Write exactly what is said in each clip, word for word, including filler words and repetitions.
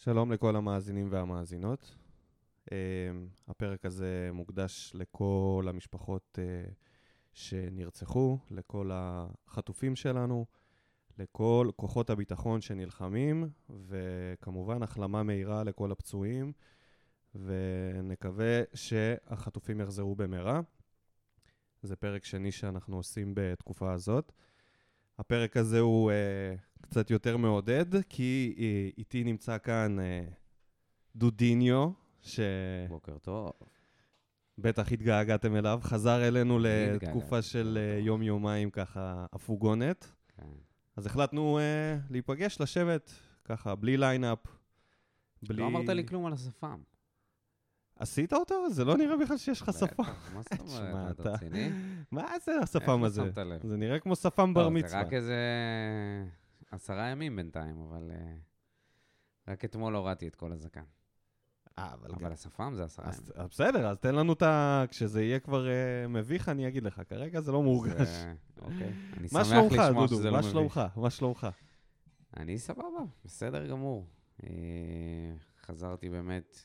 שלום לכל המאזינים והמאזינות. Uh, הפרק הזה מוקדש לכל המשפחות uh, שנרצחו, לכל החטופים שלנו, לכל כוחות הביטחון שנלחמים, וכמובן החלמה מהירה לכל הפצועים, ונקווה שהחטופים יחזרו במהרה. זה פרק שני שאנחנו עושים בתקופה הזאת. הפרק הזה הוא uh, קצת יותר מעודד, כי uh, איתי נמצא כאן uh, דודיניו, ש... בוקר טוב. בטח התגעגעתם אליו, חזר אלינו לתקופה התגעגעתי. של uh, יום-יומיים ככה אפוגונת. כן. אז החלטנו uh, להיפגש, לשבת ככה, בלי ליינאפ. בלי... לא אמרת לי כלום על השפם. עשית אותו? זה לא נראה בכלל שיש לך שפם. מה זאת תשמע, אומרת? אתה- אתה רציני? מה זה השפם איך הזה? לא שמת לב? זה נראה כמו שפם בר לא, מצווה. זה רק איזה עשרה ימים בינתיים, אבל אה, רק אתמול הורדתי את כל הזקן. אה, אבל... אבל השפם זה עשרה אז, ימים. בסדר, אז תן לנו את ה... כשזה יהיה כבר uh, מביך, אני אגיד לך. כרגע זה לא מורגש. זה- אוקיי. אני מה שמח שלומך, לשמוע דודו? שזה לא מה מביך. שלומך? מה שלומך? אני סבבה, בסדר גמור. אה, חזרתי באמת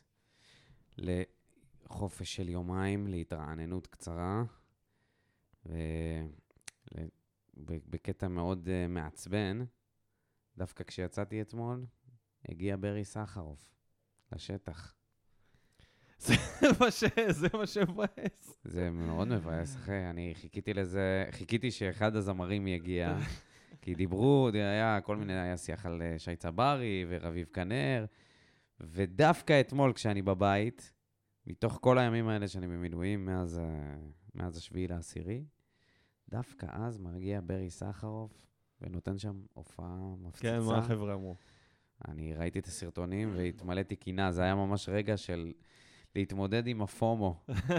לחופש של יומיים, להתרעננות קצרה, ובקטע מאוד uh, מעצבן, דווקא כשיצאתי אתמול, הגיע ברי סחרוף לשטח. זה מה ש... זה מה שמבאס. זה מאוד מבאס, אחי. אני חיכיתי לזה, חיכיתי שאחד הזמרים יגיע, כי דיברו, היה כל מיני, היה שיח על אה, שי צברי ורביב כנר, ודווקא אתמול כשאני בבית, מתוך כל הימים האלה שאני במילואים, מאז, אה, מאז השביעי לעשירי, דווקא אז מגיע ברי סחרוף, ונותן שם הופעה מפציצה. כן, מה החבר'ה אמרו? אני ראיתי את הסרטונים והתמלאתי קינה, זה היה ממש רגע של להתמודד עם הפומו.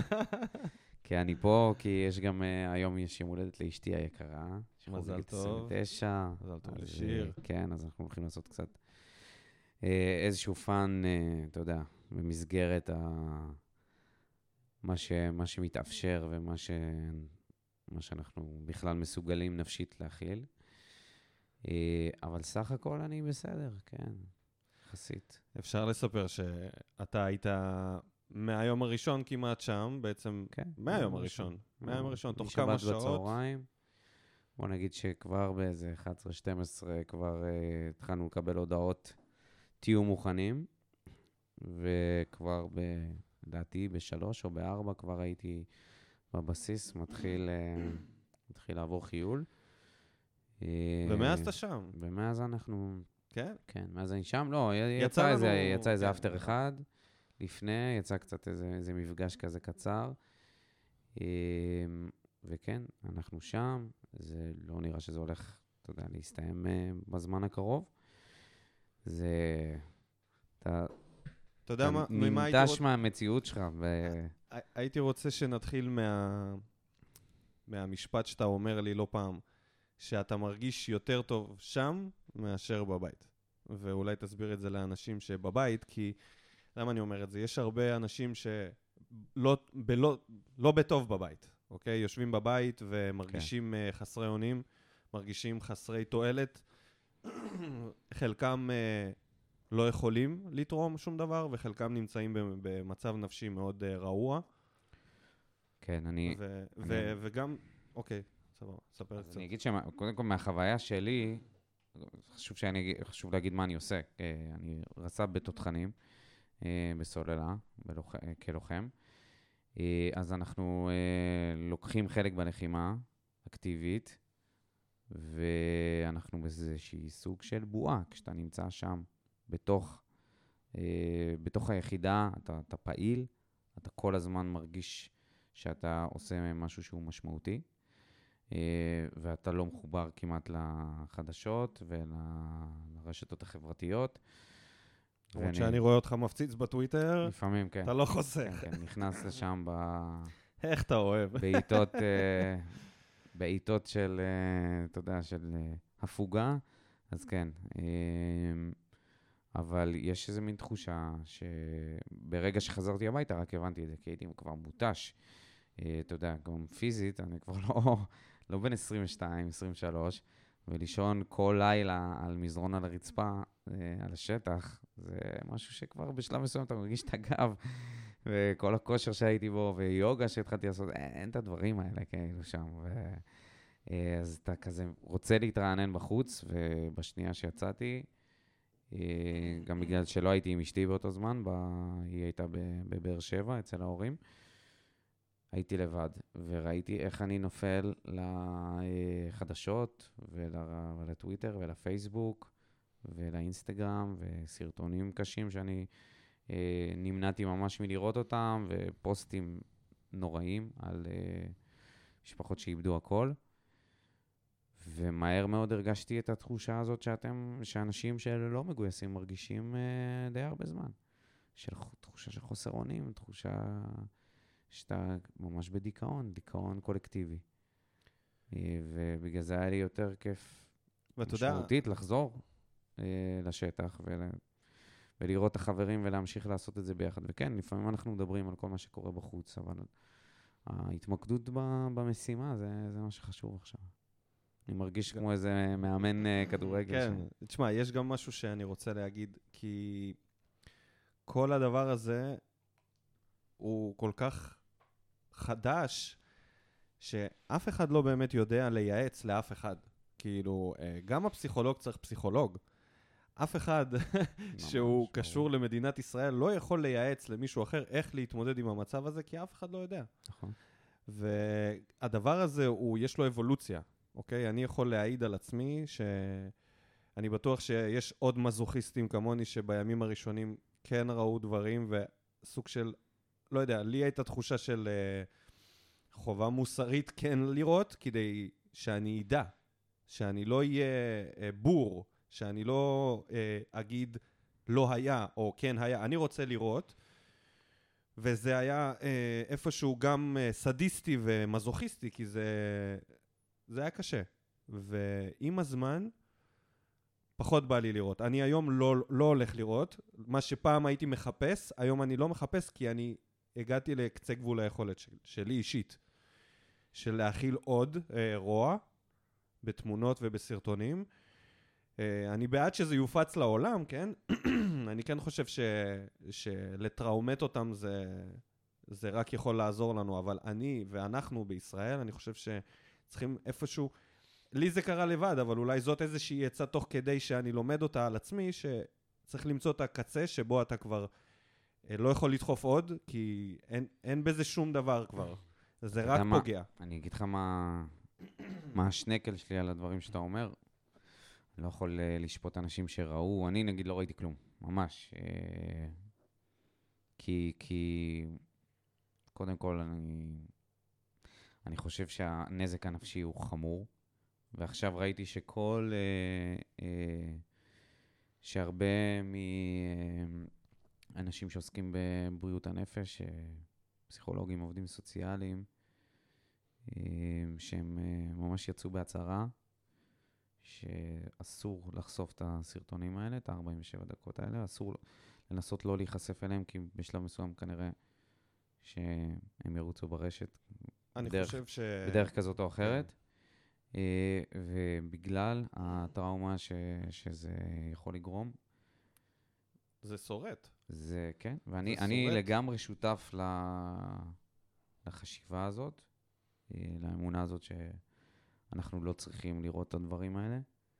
כי אני פה, כי יש גם, uh, היום יש יום הולדת לאשתי היקרה. מזל טוב. עשרים ותשע. מזל טוב אז, לשיר. uh, כן, אז אנחנו הולכים לעשות קצת uh, איזשהו פן, uh, אתה יודע, במסגרת ה... מה, ש... מה שמתאפשר ומה ש... מה שאנחנו בכלל מסוגלים נפשית להכיל. Uh, אבל סך הכל אני בסדר, כן, יחסית. אפשר לספר שאתה היית מהיום הראשון כמעט שם, בעצם כן. מהיום הראשון. מהיום הראשון, תוך משבת כמה שעות. בצהריים. בוא נגיד שכבר באיזה אחת עשרה שתים עשרה כבר uh, התחלנו לקבל הודעות, תהיו מוכנים, וכבר לדעתי בשלוש או בארבע כבר הייתי בבסיס, מתחיל, uh, מתחיל לעבור חיול. ומאז אתה שם. ומאז אנחנו, כן? כן, מאז אני שם, לא, יצא יצא איזה, לנו- יצא איזה כן. אפטר אחד, לפני, יצא קצת איזה, איזה מפגש כזה קצר. אה, וכן, אנחנו שם, זה לא נראה שזה הולך, אתה יודע, להסתיים אה, בזמן הקרוב. זה, אתה, אתה יודע מה, אתה ממה הייתי ננטש רוצ- מהמציאות שלך, ו... הי- הייתי רוצה שנתחיל מה... מהמשפט שאתה אומר לי לא פעם, שאתה מרגיש יותר טוב שם מאשר בבית. ואולי תסביר את זה לאנשים שבבית, כי למה אני אומר את זה? יש הרבה אנשים שלא בלא, לא בטוב בבית, אוקיי? יושבים בבית ומרגישים כן. חסרי אונים, מרגישים חסרי תועלת. חלקם לא יכולים לתרום שום דבר, וחלקם נמצאים במצב נפשי מאוד רעוע. כן, אני... ו- אני... ו- וגם, אוקיי, סבבה, ספר אז קצת. אני אגיד שקודם כל מהחוויה שלי, חשוב, שאני, חשוב להגיד מה אני עושה. אני רס"ב בתותחנים, בסוללה, בלוח, כלוחם. אז אנחנו לוקחים חלק בלחימה אקטיבית, ואנחנו באיזושהי סוג של בועה, כשאתה נמצא שם, בתוך, בתוך היחידה, אתה, אתה פעיל, אתה כל הזמן מרגיש שאתה עושה משהו שהוא משמעותי, ואתה לא מחובר כמעט לחדשות ולרשתות החברתיות. למרות שאני רואה אותך מפציץ בטוויטר, לפעמים, כן. אתה לא חוסך. כן, כן, נכנס לשם ב... איך אתה אוהב? בעיתות, בעיתות של, אתה יודע, של הפוגה, אז כן. אבל יש איזו מין תחושה שברגע שחזרתי הביתה רק הבנתי את זה, כי הייתי כבר מוטש. אתה יודע, גם פיזית, אני כבר לא, לא בין עשרים ושתיים, עשרים ושלוש, ולישון כל לילה על מזרון על הרצפה, על השטח, זה משהו שכבר בשלב מסוים אתה מרגיש את הגב, וכל הכושר שהייתי בו, ויוגה שהתחלתי לעשות, אין את הדברים האלה כאילו שם. ו... אז אתה כזה רוצה להתרענן בחוץ, ובשנייה שיצאתי, גם בגלל שלא הייתי עם אשתי באותו זמן, היא הייתה בבאר שבע אצל ההורים, הייתי לבד, וראיתי איך אני נופל לחדשות, ולטוויטר, ולפייסבוק, ולאינסטגרם, וסרטונים קשים שאני נמנעתי ממש מלראות אותם, ופוסטים נוראים על משפחות שאיבדו הכל. ומהר מאוד הרגשתי את התחושה הזאת שאתם, שאנשים שלא מגויסים מרגישים די הרבה זמן. של תחושה של חוסר אונים, תחושה שאתה ממש בדיכאון, דיכאון קולקטיבי. ובגלל זה היה לי יותר כיף משמעותית לחזור לשטח ול... ולראות את החברים ולהמשיך לעשות את זה ביחד. וכן, לפעמים אנחנו מדברים על כל מה שקורה בחוץ, אבל ההתמקדות במשימה זה, זה מה שחשוב עכשיו. אני מרגיש כמו איזה מאמן כדורגל. כן, תשמע, יש גם משהו שאני רוצה להגיד, כי כל הדבר הזה הוא כל כך חדש, שאף אחד לא באמת יודע לייעץ לאף אחד. כאילו, גם הפסיכולוג צריך פסיכולוג. אף אחד שהוא קשור למדינת ישראל לא יכול לייעץ למישהו אחר איך להתמודד עם המצב הזה, כי אף אחד לא יודע. נכון. והדבר הזה, הוא, יש לו אבולוציה. אוקיי? אני יכול להעיד על עצמי שאני בטוח שיש עוד מזוכיסטים כמוני שבימים הראשונים כן ראו דברים, וסוג של, לא יודע, לי הייתה תחושה של uh, חובה מוסרית כן לראות, כדי שאני אדע, שאני לא אהיה uh, בור, שאני לא uh, אגיד לא היה או כן היה. אני רוצה לראות, וזה היה uh, איפשהו גם uh, סדיסטי ומזוכיסטי, כי זה... זה היה קשה, ועם הזמן פחות בא לי לראות. אני היום לא, לא הולך לראות, מה שפעם הייתי מחפש, היום אני לא מחפש, כי אני הגעתי לקצה גבול היכולת של, שלי אישית, של להכיל עוד אה, רוע בתמונות ובסרטונים. אה, אני בעד שזה יופץ לעולם, כן? אני כן חושב ש, שלטראומט אותם זה, זה רק יכול לעזור לנו, אבל אני ואנחנו בישראל, אני חושב ש... צריכים איפשהו, לי זה קרה לבד, אבל אולי זאת איזושהי יצא תוך כדי שאני לומד אותה על עצמי, שצריך למצוא את הקצה שבו אתה כבר לא יכול לדחוף עוד, כי אין, אין בזה שום דבר כבר. זה רק מה, פוגע. אני אגיד לך מה, מה השנקל שלי על הדברים שאתה אומר. אני לא יכול לשפוט אנשים שראו, אני נגיד לא ראיתי כלום, ממש. כי, כי קודם כל אני... אני חושב שהנזק הנפשי הוא חמור, ועכשיו ראיתי שכל, אה, אה, שהרבה מאנשים שעוסקים בבריאות הנפש, פסיכולוגים, עובדים סוציאליים, אה, שהם אה, ממש יצאו בהצהרה, שאסור לחשוף את הסרטונים האלה, את ה-ארבעים ושבע דקות האלה, אסור לנסות לא להיחשף אליהם, כי בשלב מסוים כנראה שהם ירוצו ברשת, אני בדרך, חושב ש... בדרך כזאת או אחרת, כן. ובגלל הטראומה ש, שזה יכול לגרום. זה שורט. זה, כן, ואני אני לגמרי שותף לחשיבה הזאת, לאמונה הזאת שאנחנו לא צריכים לראות את הדברים האלה.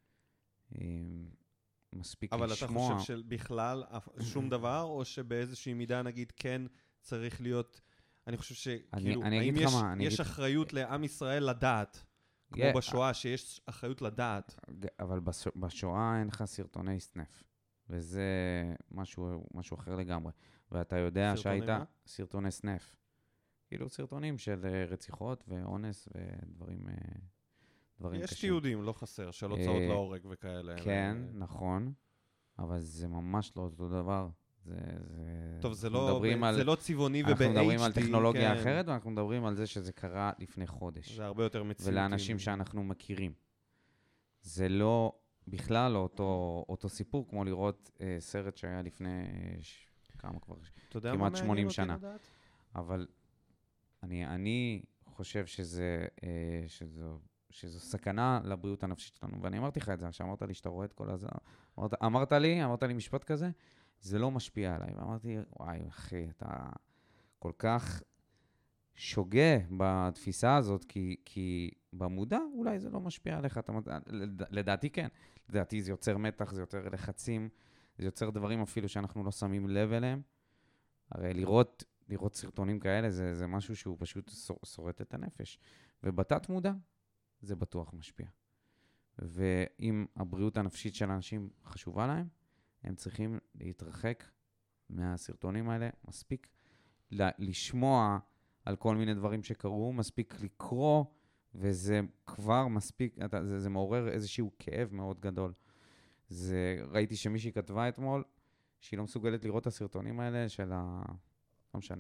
מספיק אבל לשמוע. אבל אתה חושב שבכלל שום דבר, או שבאיזושהי מידה נגיד כן צריך להיות... אני חושב שכאילו, אני, האם אני יש, מה, יש אגיד... לעם ישראל לדעת, כמו yeah, בשואה, שיש אחריות לדעת? אבל בשואה אין לך סרטוני סנף, וזה משהו, משהו אחר לגמרי. ואתה יודע שהיית סרטוני סנף. כאילו סרטונים של רציחות ואונס ודברים דברים יש קשים. תיעודים, לא חסר, של הוצאות להורג וכאלה. כן, ו... נכון, אבל זה ממש לא אותו דבר. זה, זה... טוב, זה לא, ב... על... זה לא צבעוני וב-אייץ' די. אנחנו מדברים על טכנולוגיה כן. אחרת, ואנחנו מדברים על זה שזה קרה לפני חודש. זה הרבה יותר מציאותי. ולאנשים שאנחנו מכירים. זה לא, בכלל לא אותו, אותו סיפור, כמו לראות אה, סרט שהיה לפני אה, ש... כמה כבר, כמעט שמונים שנה. אבל אני, אני חושב שזה, אה, שזו, שזו סכנה לבריאות הנפשית שלנו. ואני אמרתי לך את זה, שאמרת לי שאתה רואה את כל הזה, אמרת, אמרת לי, אמרת לי משפט כזה, זה לא משפיע עליי. ואמרתי, וואי, אחי, אתה כל כך שוגה בתפיסה הזאת, כי, כי במודע אולי זה לא משפיע עליך. אתה, לדעתי כן. לדעתי זה יוצר מתח, זה יוצר לחצים, זה יוצר דברים אפילו שאנחנו לא שמים לב אליהם. הרי לראות, לראות סרטונים כאלה, זה, זה משהו שהוא פשוט שורט את הנפש. ובתת מודע, זה בטוח משפיע. ואם הבריאות הנפשית של האנשים חשובה להם, הם צריכים להתרחק מהסרטונים האלה. מספיק לשמוע על כל מיני דברים שקרו, מספיק לקרוא, וזה כבר מספיק, זה, זה מעורר איזשהו כאב מאוד גדול. זה, ראיתי שמישהי כתבה אתמול, שהיא לא מסוגלת לראות את הסרטונים האלה של ה... לא משנה.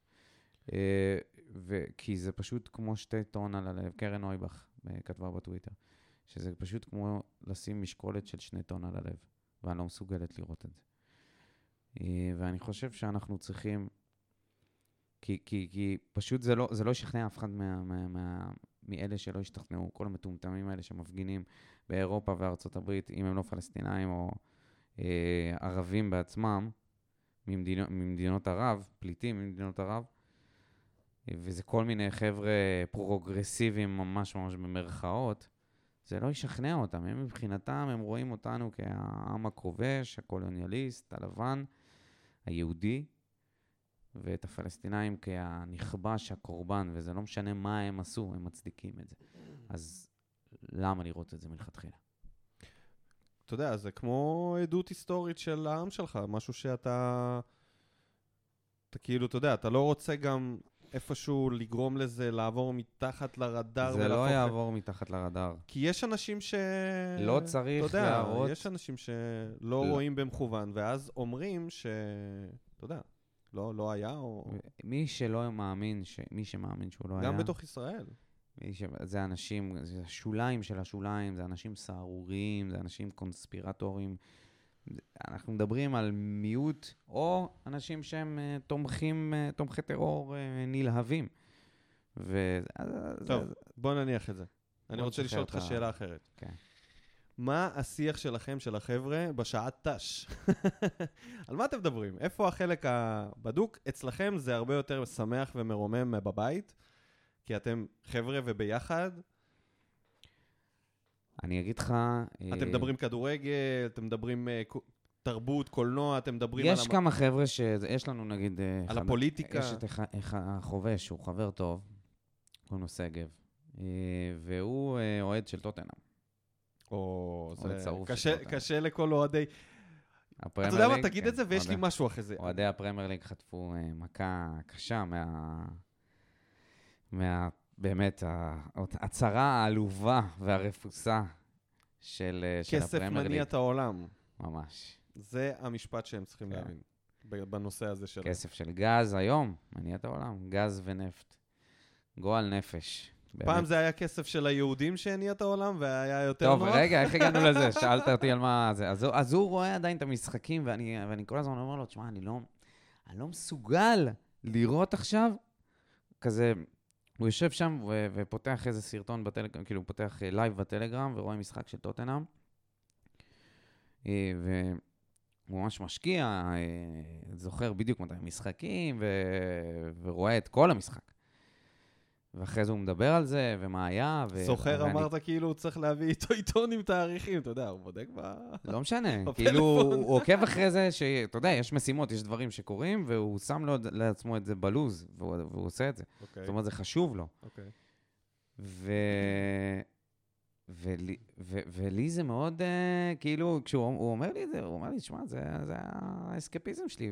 כי זה פשוט כמו שתי טון על הלב. קרן נויבך כתבה בטוויטר, שזה פשוט כמו לשים משקולת של שני טון על הלב, ואני לא מסוגלת לראות את זה. ואני חושב שאנחנו צריכים, כי, כי, כי פשוט זה לא, זה לא ישכנע אף אחד מה, מה, מה, מאלה שלא ישתכנעו, כל המטומטמים האלה שמפגינים באירופה וארצות הברית, אם הם לא פלסטינאים או אה, ערבים בעצמם, ממדינות, ממדינות ערב, פליטים ממדינות ערב, וזה כל מיני חבר'ה פרוגרסיביים ממש ממש במרכאות, זה לא ישכנע אותם. הם מבחינתם, הם רואים אותנו כעם הכובש, הקולוניאליסט, הלבן, היהודי, ואת הפלסטינאים כהנכבש, הקורבן, וזה לא משנה מה הם עשו, הם מצדיקים את זה. אז למה לראות את זה מלכתחילה? אתה יודע, זה כמו עדות היסטורית של העם שלך, משהו שאתה, אתה כאילו, אתה יודע, אתה לא רוצה גם איפשהו לגרום לזה, לעבור מתחת לרדאר. זה לא יעבור מתחת לרדאר. כי יש אנשים ש... לא צריך להראות. יש אנשים שלא רואים במכוון, ואז אומרים ש... אתה יודע, לא, לא היה או... מי שלא מאמין, ש... מי שמאמין שהוא לא היה... גם בתוך ישראל. ש... זה אנשים, זה השוליים של השוליים, זה אנשים סערוריים, זה אנשים קונספירטוריים. אנחנו מדברים על מיעוט, או אנשים שהם תומכים, תומכי טרור נלהבים. ו... טוב, זה... בוא נניח את זה. אני רוצה לשאול אותך שאלה אחרת. כן. מה השיח שלכם, של החבר'ה, בשעת תש? על מה אתם מדברים? איפה החלק הבדוק? אצלכם זה הרבה יותר שמח ומרומם בבית, כי אתם חבר'ה וביחד. אני אגיד לך... אתם מדברים כדורגל, אתם מדברים תרבות, קולנוע, אתם מדברים על... יש כמה חבר'ה שיש לנו, נגיד... על הפוליטיקה. יש את החובש, שהוא חבר טוב, קוראים לו שגב, והוא אוהד של טוטנהאם. או, זה קשה, קשה לכל אוהדי... אתה יודע מה, תגיד את זה ויש לי משהו אחרי זה. אוהדי הפרמייר ליג חטפו מכה קשה מה... מה... באמת, הצרה העלובה והרפוסה של הפרמייר ליג. כסף מניע את העולם. ממש. זה המשפט שהם צריכים להבין, בנושא הזה שלהם. כסף של גז היום, מניע את העולם. גז ונפט. גועל נפש. פעם זה היה כסף של היהודים שהניע את העולם, והיה יותר נוח. טוב, רגע, איך הגענו לזה? שאלת אותי על מה זה. אז, אז הוא רואה עדיין את המשחקים, ואני, ואני כל הזמן אומר לו, תשמע, אני לא, אני לא מסוגל לראות עכשיו, כזה, הוא יושב שם ו, ופותח איזה סרטון בטלגרם, כאילו הוא פותח לייב בטלגרם, ורואה משחק של טוטנהאם, והוא ממש משקיע, זוכר בדיוק מתי משחקים, ו, ורואה את כל המשחק. ואחרי זה הוא מדבר על זה, ומה היה, ו... זוכר, אמרת כאילו הוא צריך להביא איתו עיתון עם תאריכים, אתה יודע, הוא בודק ב... לא משנה, כאילו הוא עוקב אחרי זה, שאתה יודע, יש משימות, יש דברים שקורים, והוא שם לו לעצמו את זה בלוז, והוא עושה את זה. זאת אומרת, זה חשוב לו. ו... ולי זה מאוד, כאילו, כשהוא אומר לי את זה, הוא אומר לי, שמע, זה האסקפיזם שלי,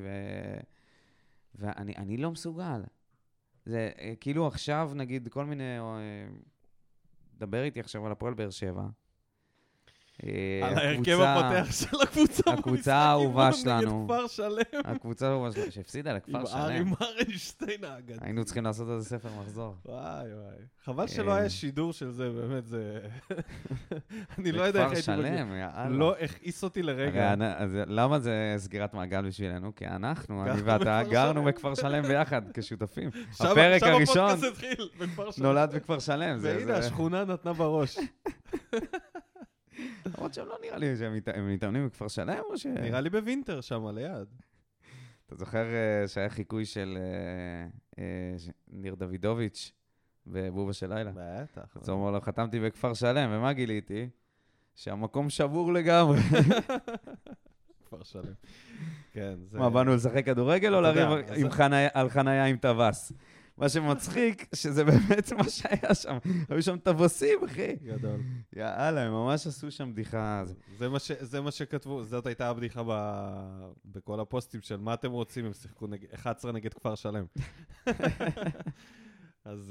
ואני לא מסוגל. זה כאילו עכשיו, נגיד, כל מיני, דבר איתי עכשיו על הפועל באר שבע, על ההרכב הפותח של הקבוצה. הקבוצה האהובה שלנו. נגד כפר שלם. הקבוצה האהובה שלנו, שהפסידה לכפר שלם. עם ארי מרנשטיין האגדי. היינו צריכים לעשות איזה ספר מחזור. וואי וואי. חבל שלא היה שידור של זה, באמת זה... אני לא יודע איך הייתי בכפר שלם, יאללה. לא הכעיס אותי לרגע. למה זה סגירת מעגל בשבילנו? כי אנחנו, אני ואתה, גרנו בכפר שלם ביחד כשותפים. הפרק הראשון נולד בכפר שלם. והנה, השכונה נתנה בראש. למרות שהם לא נראה לי שהם מתאמנים בכפר שלם או ש... נראה לי בווינטר שם, ליד. אתה זוכר שהיה חיקוי של ניר דוידוביץ' בבובה של לילה? בטח. אז הוא אומר לו, חתמתי בכפר שלם, ומה גיליתי? שהמקום שבור לגמרי. כפר שלם. כן, זה... מה, באנו לשחק כדורגל או לריב על חנייה עם טווס? מה שמצחיק, שזה באמת מה שהיה שם. היו שם טווסים, אחי. גדול. יאללה, הם ממש עשו שם בדיחה. זה מה, ש... זה מה שכתבו, זאת הייתה הבדיחה ב... בכל הפוסטים של מה אתם רוצים, הם שיחקו נג... אחת עשרה נגד כפר שלם. אז...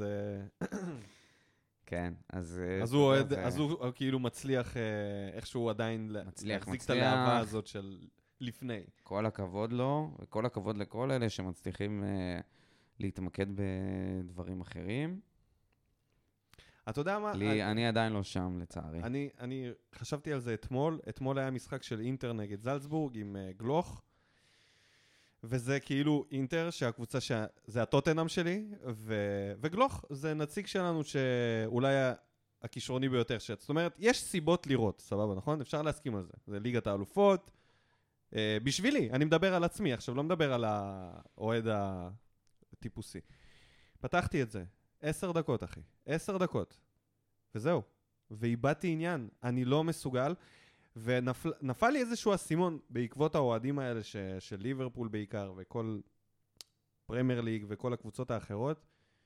כן, אז... אז הוא אוהד, אז הוא כאילו מצליח איכשהו עדיין להחזיק את הלהבה הזאת של לפני. כל הכבוד לו, וכל הכבוד לכל אלה שמצליחים להתמקד בדברים אחרים. אתה יודע מה? לי, אני, אני עדיין לא שם, לצערי. אני, אני חשבתי על זה אתמול. אתמול היה משחק של אינטר נגד זלצבורג עם uh, גלוך. וזה כאילו אינטר, שהקבוצה ש... זה הטוטנאם שלי, ו... וגלוך זה נציג שלנו שאולי הכישרוני ביותר. ש... זאת אומרת, יש סיבות לראות, סבבה, נכון? אפשר להסכים על זה. זה ליגת האלופות. Uh, בשבילי, אני מדבר על עצמי, עכשיו לא מדבר על האוהד הטיפוסי. פתחתי את זה. עשר דקות, אחי. עשר דקות. וזהו. ואיבדתי עניין. אני לא מסוגל. ונפל לי איזשהו אסימון בעקבות האוהדים האלה ש, של ליברפול בעיקר, וכל פרמייר ליג וכל הקבוצות האחרות.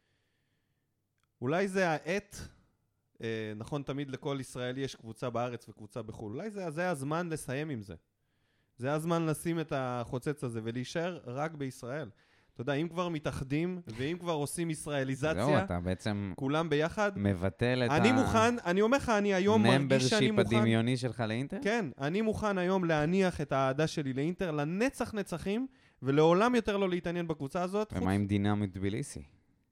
אולי זה העת, אה, נכון, תמיד לכל ישראלי יש קבוצה בארץ וקבוצה בחו"ל. אולי זה, זה הזמן לסיים עם זה. זה הזמן לשים את החוצץ הזה ולהישאר רק בישראל. אתה יודע, אם כבר מתאחדים, ואם כבר עושים ישראליזציה, זהו, אתה בעצם כולם ביחד, מבטל את ה... אני מוכן, אני אומר לך, אני היום מרגיש שאני מוכן... ממברשיפ הדמיוני שלך לאינטר? כן, אני מוכן היום להניח את האהדה שלי לאינטר, לנצח נצחים, ולעולם יותר לא להתעניין בקבוצה הזאת. ומה עם דינמו טביליסי?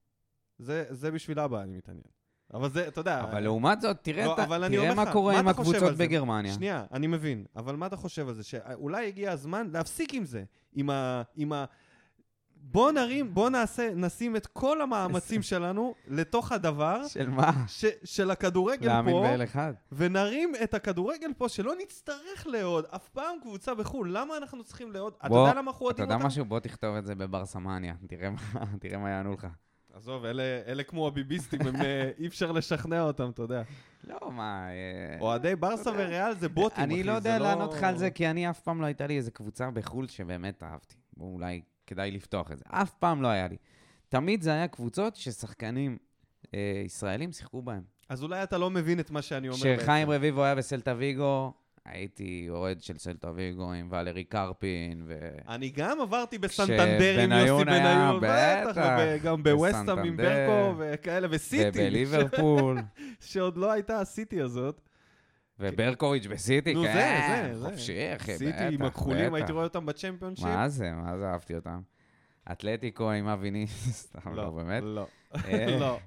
זה, זה בשביל אבא אני מתעניין. אבל זה, אתה יודע... אבל לעומת זאת, תראה, לא, אתה, תראה מה לך, קורה מה עם הקבוצות בגרמניה. שנייה, אני מבין, אבל מה אתה חושב על זה? שאולי הגיע הזמן להפסיק עם זה, עם ה... עם ה... בוא נרים, בוא נעשה, נשים את כל המאמצים שלנו לתוך הדבר. של מה? ש, של הכדורגל פה. להאמין באל אחד. ונרים את הכדורגל פה, שלא נצטרך לעוד. אף פעם קבוצה בחו"ל. למה אנחנו צריכים לעוד? אתה יודע למה אנחנו עודים אותם? אתה יודע משהו? בוא תכתוב את זה בברסמניה. תראה מה, תראה מה יענו לך. עזוב, אלה, אלה כמו הביביסטים, הם אי אפשר לשכנע אותם, אתה יודע. לא, מה... אוהדי ברסה וריאל זה בוטים, אני לא יודע לענות לך על זה, כי אני אף פעם לא הייתה לי איזה קבוצה בחו"ל שבאמת אהבתי. אולי כדאי לפתוח את זה. אף פעם לא היה לי. תמיד זה היה קבוצות ששחקנים אה, ישראלים שיחקו בהם. אז אולי אתה לא מבין את מה שאני אומר. כשחיים רביבו היה בסלטה ויגו, הייתי אוהד של סלטה ויגו עם ולרי קרפין. ו... אני גם עברתי בסנטנדר עם יוסי בניון, בטח, וגם בווסטהאם עם ברקו וכאלה, וסיטי. ובליברפול. שעוד לא הייתה הסיטי הזאת. וברקוביץ' בסיטי, נו, כן, זה, זה, חופשי, אחי, בטח, סיטי עם הכחולים, הייתי רואה אותם בצ'מפיונשיפ. מה זה? מה זה אהבתי אותם? אתלטיקו עם אביני, סתם לא, באמת? לא, לא.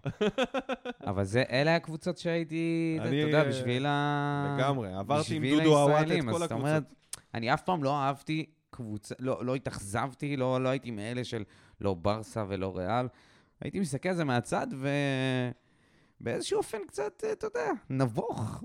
אבל זה, אלה הקבוצות שהייתי, אתה יודע, בשביל ה... לגמרי, עברתי עם דודו אוהד את כל הקבוצות. אני אף פעם לא אהבתי קבוצה, לא התאכזבתי, לא הייתי מאלה של לא ברסה ולא ריאל. הייתי מסתכל על זה מהצד ו... באיזשהו אופן קצת, אתה יודע, נבוך.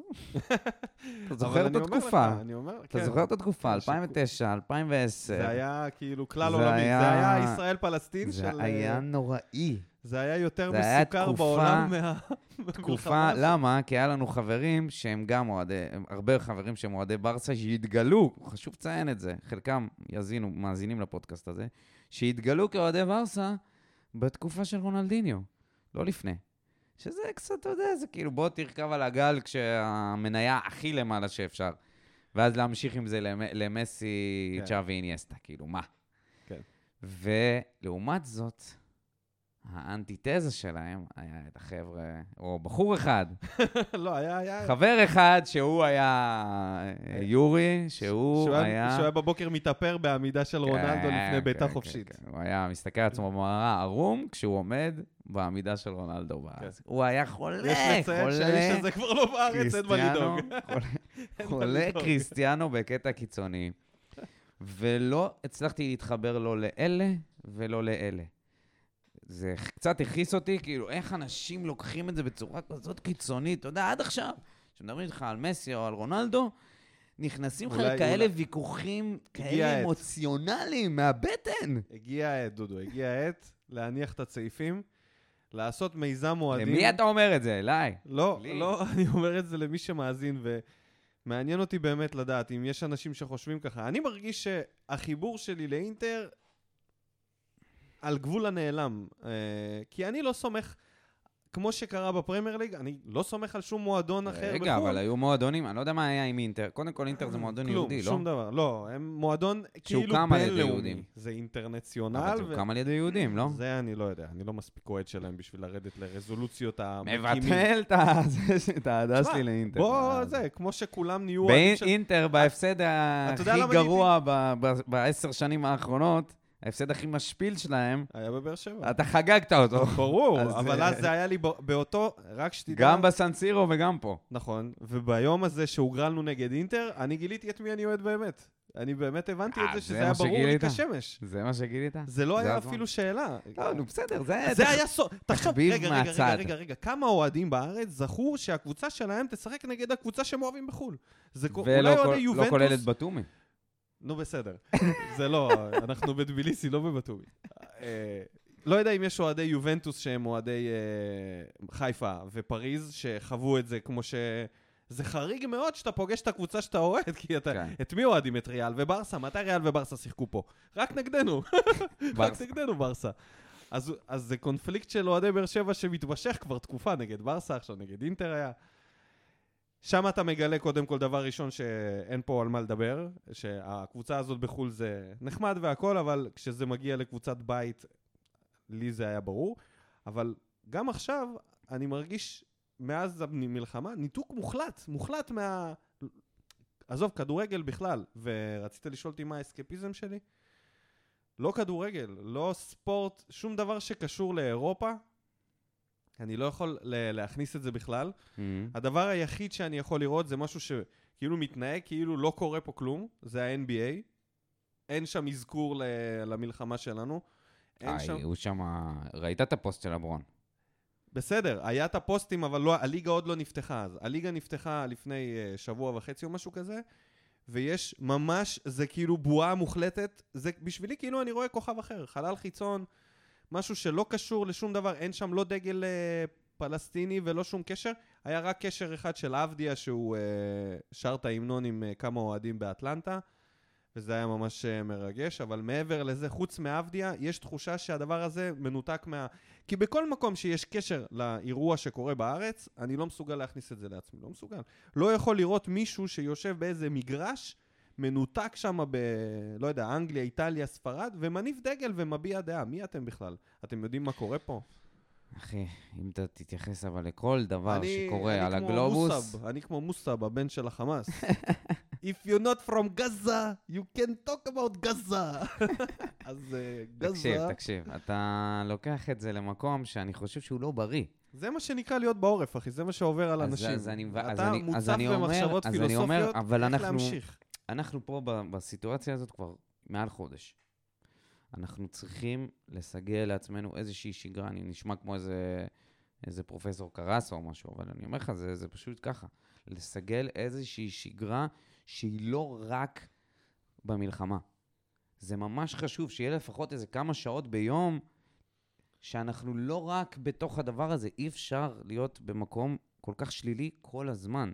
אתה זוכר את התקופה. אתה זוכר את התקופה, אלפיים ותשע, אלפיים ועשר. זה היה כאילו כלל עולמי, זה היה ישראל-פלסטין של... זה היה נוראי. זה היה יותר מסוכר בעולם מה... תקופה, למה? כי היה לנו חברים שהם גם אוהדי, הרבה חברים שהם אוהדי ברסה שהתגלו, חשוב לציין את זה, חלקם יזינו, מאזינים לפודקאסט הזה, שהתגלו כאוהדי ברסה בתקופה של רונלדיניו, לא לפני. שזה קצת, אתה יודע, זה כאילו בוא תרכב על הגל כשהמניה הכי למעלה שאפשר. ואז להמשיך עם זה למסי, צ'אבי, איניאסטה, כאילו, מה? כן. ולעומת זאת, האנטיתזה שלהם היה את החבר'ה, או בחור אחד, לא, היה, היה... חבר אחד שהוא היה יורי, שהוא היה... שהוא היה בבוקר מתאפר בעמידה של רונלדו לפני ביתה כן, חופשית. כן, כן. הוא היה מסתכל על עצמו במראה ערום, כשהוא עומד בעמידה של רונלדו בארץ. הוא היה חולה, חולה. יש לציין שהאיש הזה כבר לא בארץ, אין מה לדאוג. חולה קריסטיאנו בקטע קיצוני. ולא הצלחתי להתחבר לא לאלה ולא לאלה. זה קצת הכיס אותי, כאילו, איך אנשים לוקחים את זה בצורה כזאת קיצונית. אתה יודע, עד עכשיו, כשמדברים איתך על מסי או על רונלדו, נכנסים לך לכאלה ויכוחים כאלה אמוציונליים מהבטן. הגיע העת, דודו, הגיע העת להניח את הצעיפים, לעשות מיזם מועדים. למי אתה אומר את זה? אליי? לא, לא, אני אומר את זה למי שמאזין, ומעניין אותי באמת לדעת אם יש אנשים שחושבים ככה. אני מרגיש שהחיבור שלי לאינטר על גבול הנעלם, כי אני לא סומך, כמו שקרה בפרמייר ליג, אני לא סומך על שום מועדון אחר בחו"ל. רגע, אבל היו מועדונים, אני לא יודע מה היה עם אינטר. קודם כל, אינטר זה מועדון יהודי, לא? כלום, שום דבר. לא, הם מועדון כאילו בינלאומי. זה אינטרנציונל. אבל זה הוקם על ידי יהודים, לא? זה אני לא יודע. אני לא מספיק אוהד שלהם בשביל לרדת לרזולוציות המקימים. מבטל את העדה שלי לאינטר. בוא, זה, כמו שכולם נהיו אוהדים של... באינטר, בהפסד הכי גרוע בעשר שנים האחרונות, ההפסד הכי משפיל שלהם, היה בבאר שבע. אתה חגגת אותו. ברור, אבל אז זה היה לי באותו, רק שתדע... גם בסנסירו וגם פה. נכון, וביום הזה שהוגרלנו נגד אינטר, אני גיליתי את מי אני אוהד באמת. אני באמת הבנתי את זה שזה היה ברור לי כשמש. זה מה שגילית? זה לא היה אפילו שאלה. לא, נו בסדר, זה היה סוף. תחביב מהצד. רגע, רגע, רגע, כמה אוהדים בארץ זכו שהקבוצה שלהם תשחק נגד הקבוצה שהם אוהבים בחו"ל. ולא כוללת בתומי. נו בסדר, זה לא, אנחנו בטביליסי, לא בבטומי. לא יודע אם יש אוהדי יובנטוס שהם אוהדי חיפה ופריז, שחוו את זה כמו ש... זה חריג מאוד שאתה פוגש את הקבוצה שאתה אוהד, כי אתה... את מי אוהדים? את ריאל וברסה? מתי ריאל וברסה שיחקו פה? רק נגדנו. רק נגדנו ברסה. אז זה קונפליקט של אוהדי באר שבע שמתמשך כבר תקופה נגד ברסה, עכשיו נגד אינטר היה. שם אתה מגלה קודם כל דבר ראשון שאין פה על מה לדבר, שהקבוצה הזאת בחול זה נחמד והכל, אבל כשזה מגיע לקבוצת בית, לי זה היה ברור. אבל גם עכשיו אני מרגיש מאז המלחמה ניתוק מוחלט, מוחלט מה... עזוב, כדורגל בכלל, ורצית לשאול אותי מה האסקפיזם שלי? לא כדורגל, לא ספורט, שום דבר שקשור לאירופה, אני לא יכול להכניס את זה בכלל. Mm-hmm. הדבר היחיד שאני יכול לראות זה משהו שכאילו מתנהג, כאילו לא קורה פה כלום, זה ה-אן בי איי. אין שם אזכור למלחמה שלנו. איי, שם... הוא שם... ראית את הפוסט של הברון? בסדר, היה את הפוסטים, אבל לא, הליגה עוד לא נפתחה אז. הליגה נפתחה לפני uh, שבוע וחצי או משהו כזה, ויש ממש, זה כאילו בועה מוחלטת, זה בשבילי כאילו אני רואה כוכב אחר, חלל חיצון, משהו שלא קשור לשום דבר, אין שם לא דגל uh, פלסטיני ולא שום קשר, היה רק קשר אחד של אבדיה שהוא uh, שר את ההמנון עם uh, כמה אוהדים באטלנטה, וזה היה ממש uh, מרגש, אבל מעבר לזה, חוץ מאבדיה, יש תחושה שהדבר הזה מנותק מה... כי בכל מקום שיש קשר לאירוע שקורה בארץ, אני לא מסוגל להכניס את זה לעצמי, לא מסוגל. לא יכול לראות מישהו שיושב באיזה מגרש, מנותק שם ב... לא יודע, אנגליה, איטליה, ספרד, ומניף דגל ומביע דעה. מי אתם בכלל? אתם יודעים מה קורה פה? אחי, אם אתה תתייחס אבל לכל דבר אני, שקורה אני על הגלובוס... מוסב, אני כמו מוסב, הבן של החמאס. If you're not from Gaza, you can talk about Gaza. אז uh, Gaza... תקשיב, תקשיב. אתה לוקח את זה למקום שאני חושב שהוא לא בריא. זה מה שנקרא להיות בעורף, אחי. זה מה שעובר על אז, אנשים. אז אני, אתה אז אני, מוצף אז אני במחשבות אומר, פילוסופיות, אומר, אבל איך אנחנו, להמשיך. אנחנו פה בסיטואציה הזאת כבר מעל חודש. אנחנו צריכים לסגל לעצמנו איזושהי שגרה. אני נשמע כמו איזה... איזה פרופסור קרס או משהו, אבל אני אומר לך, זה, זה פשוט ככה. לסגל איזושהי שגרה שהיא לא רק במלחמה. זה ממש חשוב שיהיה לפחות איזה כמה שעות ביום שאנחנו לא רק בתוך הדבר הזה. אי אפשר להיות במקום כל כך שלילי כל הזמן.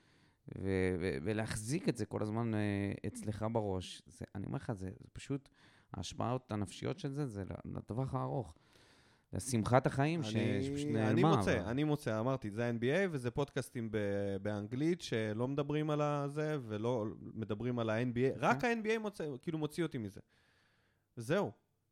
ו- ו- ולהחזיק את זה כל הזמן אצלך בראש. זה, אני אומר לך, זה, זה פשוט, ההשפעות הנפשיות של זה, זה לטווח הארוך. לשמחת החיים שפשוט נעלמה. אני מוצא, אני מוצא, אמרתי, זה ה-אן בי איי וזה פודקאסטים באנגלית שלא מדברים על זה ולא מדברים על ה-אן בי איי, רק ה-אן בי איי כאילו מוציא אותי מזה. זהו.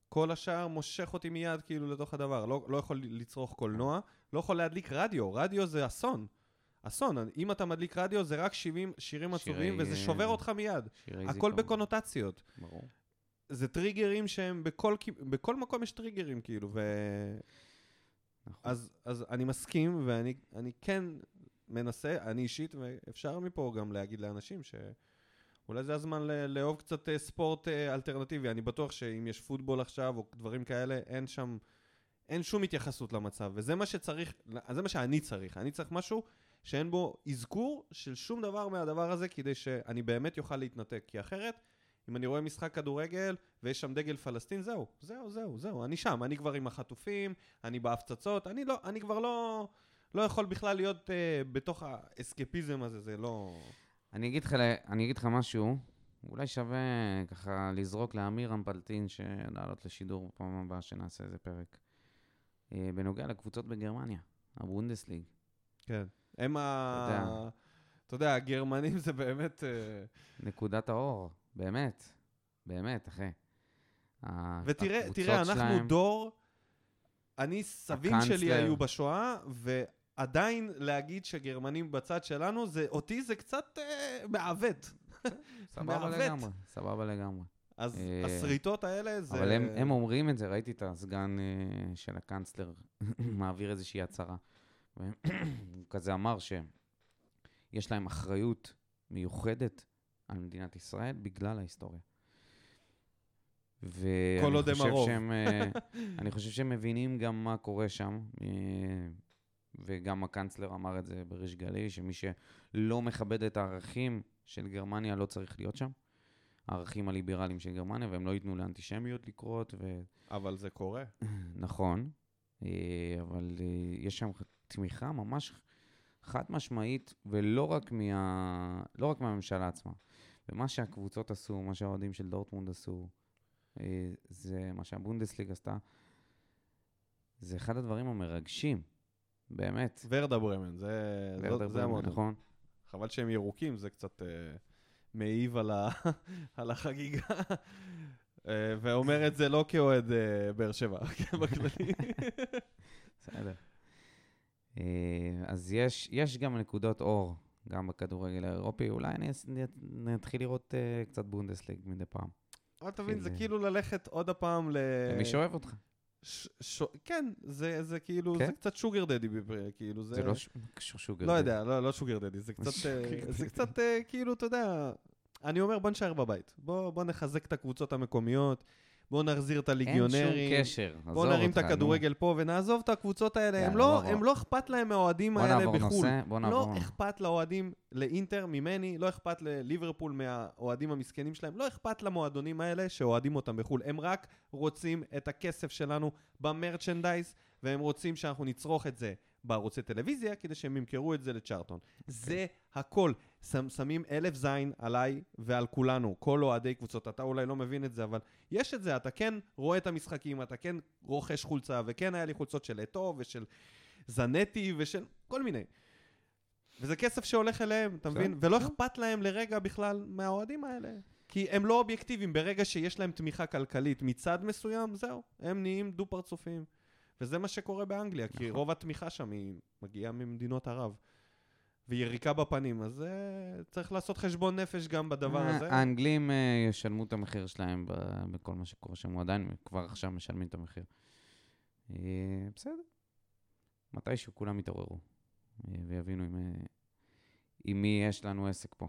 כל השאר מושך אותי מיד כאילו לתוך הדבר. לא, לא יכול לצרוך קולנוע, לא יכול להדליק רדיו. רדיו זה אסון. אסון. אם אתה מדליק רדיו זה רק שבעים שירים עצובים, וזה שובר אותך מיד. הכל בקונוטציות. ברור. זה טריגרים שהם בכל, בכל מקום יש טריגרים כאילו, ו... נכון. אז, אז אני מסכים, ואני אני כן מנסה, אני אישית, ואפשר מפה גם להגיד לאנשים שאולי זה הזמן לאהוב קצת ספורט אלטרנטיבי. אני בטוח שאם יש פוטבול עכשיו או דברים כאלה, אין שם, אין שום התייחסות למצב, וזה מה שצריך, זה מה שאני צריך. אני צריך משהו שאין בו אזכור של שום דבר מהדבר הזה, כדי שאני באמת יוכל להתנתק, כי אחרת, אם אני רואה משחק כדורגל ויש שם דגל פלסטין, זהו, זהו, זהו, זהו, אני שם, אני כבר עם החטופים, אני בהפצצות, אני לא, אני כבר לא, לא יכול בכלל להיות uh, בתוך האסקפיזם הזה, זה לא... אני אגיד לך, אני אגיד לך משהו, אולי שווה ככה לזרוק לאמיר אמפלטין, שנעלות לשידור בפעם הבאה שנעשה איזה פרק, uh, בנוגע לקבוצות בגרמניה, הבונדסליג. כן, הם ה... אתה יודע, הגרמנים זה באמת... נקודת האור. באמת, באמת, אחי. ותראה, תראה, אנחנו שלהם, דור, אני סבים הקנצלר. שלי היו בשואה, ועדיין להגיד שגרמנים בצד שלנו, זה, אותי זה קצת אה, מעוות. סבבה לגמרי, סבבה לגמרי. אז הסריטות האלה זה... אבל הם, הם אומרים את זה, ראיתי את הסגן אה, של הקנצלר, מעביר איזושהי הצהרה. הוא כזה אמר שיש להם אחריות מיוחדת, על מדינת ישראל בגלל ההיסטוריה. כל עוד הם הרוב. אני חושב שהם מבינים גם מה קורה שם, וגם הקנצלר אמר את זה בריש גלי, שמי שלא מכבד את הערכים של גרמניה לא צריך להיות שם. הערכים הליברליים של גרמניה, והם לא ייתנו לאנטישמיות לקרות. ו... אבל זה קורה. נכון, אבל יש שם תמיכה ממש חד משמעית, ולא רק, מה... לא רק מהממשלה עצמה. ומה שהקבוצות עשו, מה שהאוהדים של דורטמונד עשו, זה מה שהבונדסליג עשתה, זה אחד הדברים המרגשים, באמת. ורדה ברמן, זה, ורדה זה המועדון. נכון. חבל שהם ירוקים, זה קצת אה, מעיב על, ה... על החגיגה. אה, ואומר את זה לא כאוהד אה, באר שבע, בכללי. בסדר. אז יש, יש גם נקודות אור, גם בכדורגל האירופי. אולי אני נתחיל לראות uh, קצת בונדסליג מדי פעם. אבל תבין, זה כאילו ללכת עוד הפעם ל... למי שאוהב אותך. ש... ש... כן, זה, זה כאילו, כן? זה קצת שוגר דדי, כאילו זה... זה לא ש... שוגר לא דדי. יודע, לא, לא שוגר דדי, זה קצת, זה קצת כאילו, אתה יודע, אני אומר בוא נשאר בבית, בוא, בוא נחזק את הקבוצות המקומיות, בוא נחזיר את הליגיונרים. אין שום קשר. בוא נרים את הכדורגל פה ונעזוב את הקבוצות האלה. הם לא, הם לא אכפת להם מהאוהדים האלה בחול. לא אכפת לאוהדים לאינטר ממני, לא אכפת לליברפול מהאוהדים המסכנים שלהם, לא אכפת למועדונים האלה שאוהדים אותם בחול. הם רק רוצים את הכסף שלנו במרצ'נדייז, והם רוצים שאנחנו נצרוך את זה בערוצי טלוויזיה, כדי שהם ימכרו את זה לצ'ארטון. זה הכל. שמים אלף זין עליי ועל כולנו, כל אוהדי קבוצות. אתה אולי לא מבין את זה, אבל יש את זה. אתה כן רואה את המשחקים, אתה כן רוכש חולצה, וכן היה לי חולצות של אתו ושל זנטי ושל כל מיני. וזה כסף שהולך אליהם, אתה מבין? ולא אכפת להם לרגע בכלל מהאוהדים האלה. כי הם לא אובייקטיביים. ברגע שיש להם תמיכה כלכלית מצד מסוים, זהו. הם נהיים דו פרצופיים. וזה מה שקורה באנגליה, כי רוב התמיכה שם היא מגיעה ממדינות ערב. ויריקה בפנים, אז צריך לעשות חשבון נפש גם בדבר הזה. האנגלים ישלמו את המחיר שלהם בכל מה שקורה שם, הוא עדיין כבר עכשיו משלמים את המחיר. בסדר. מתישהו כולם יתעוררו, ויבינו עם מי יש לנו עסק פה.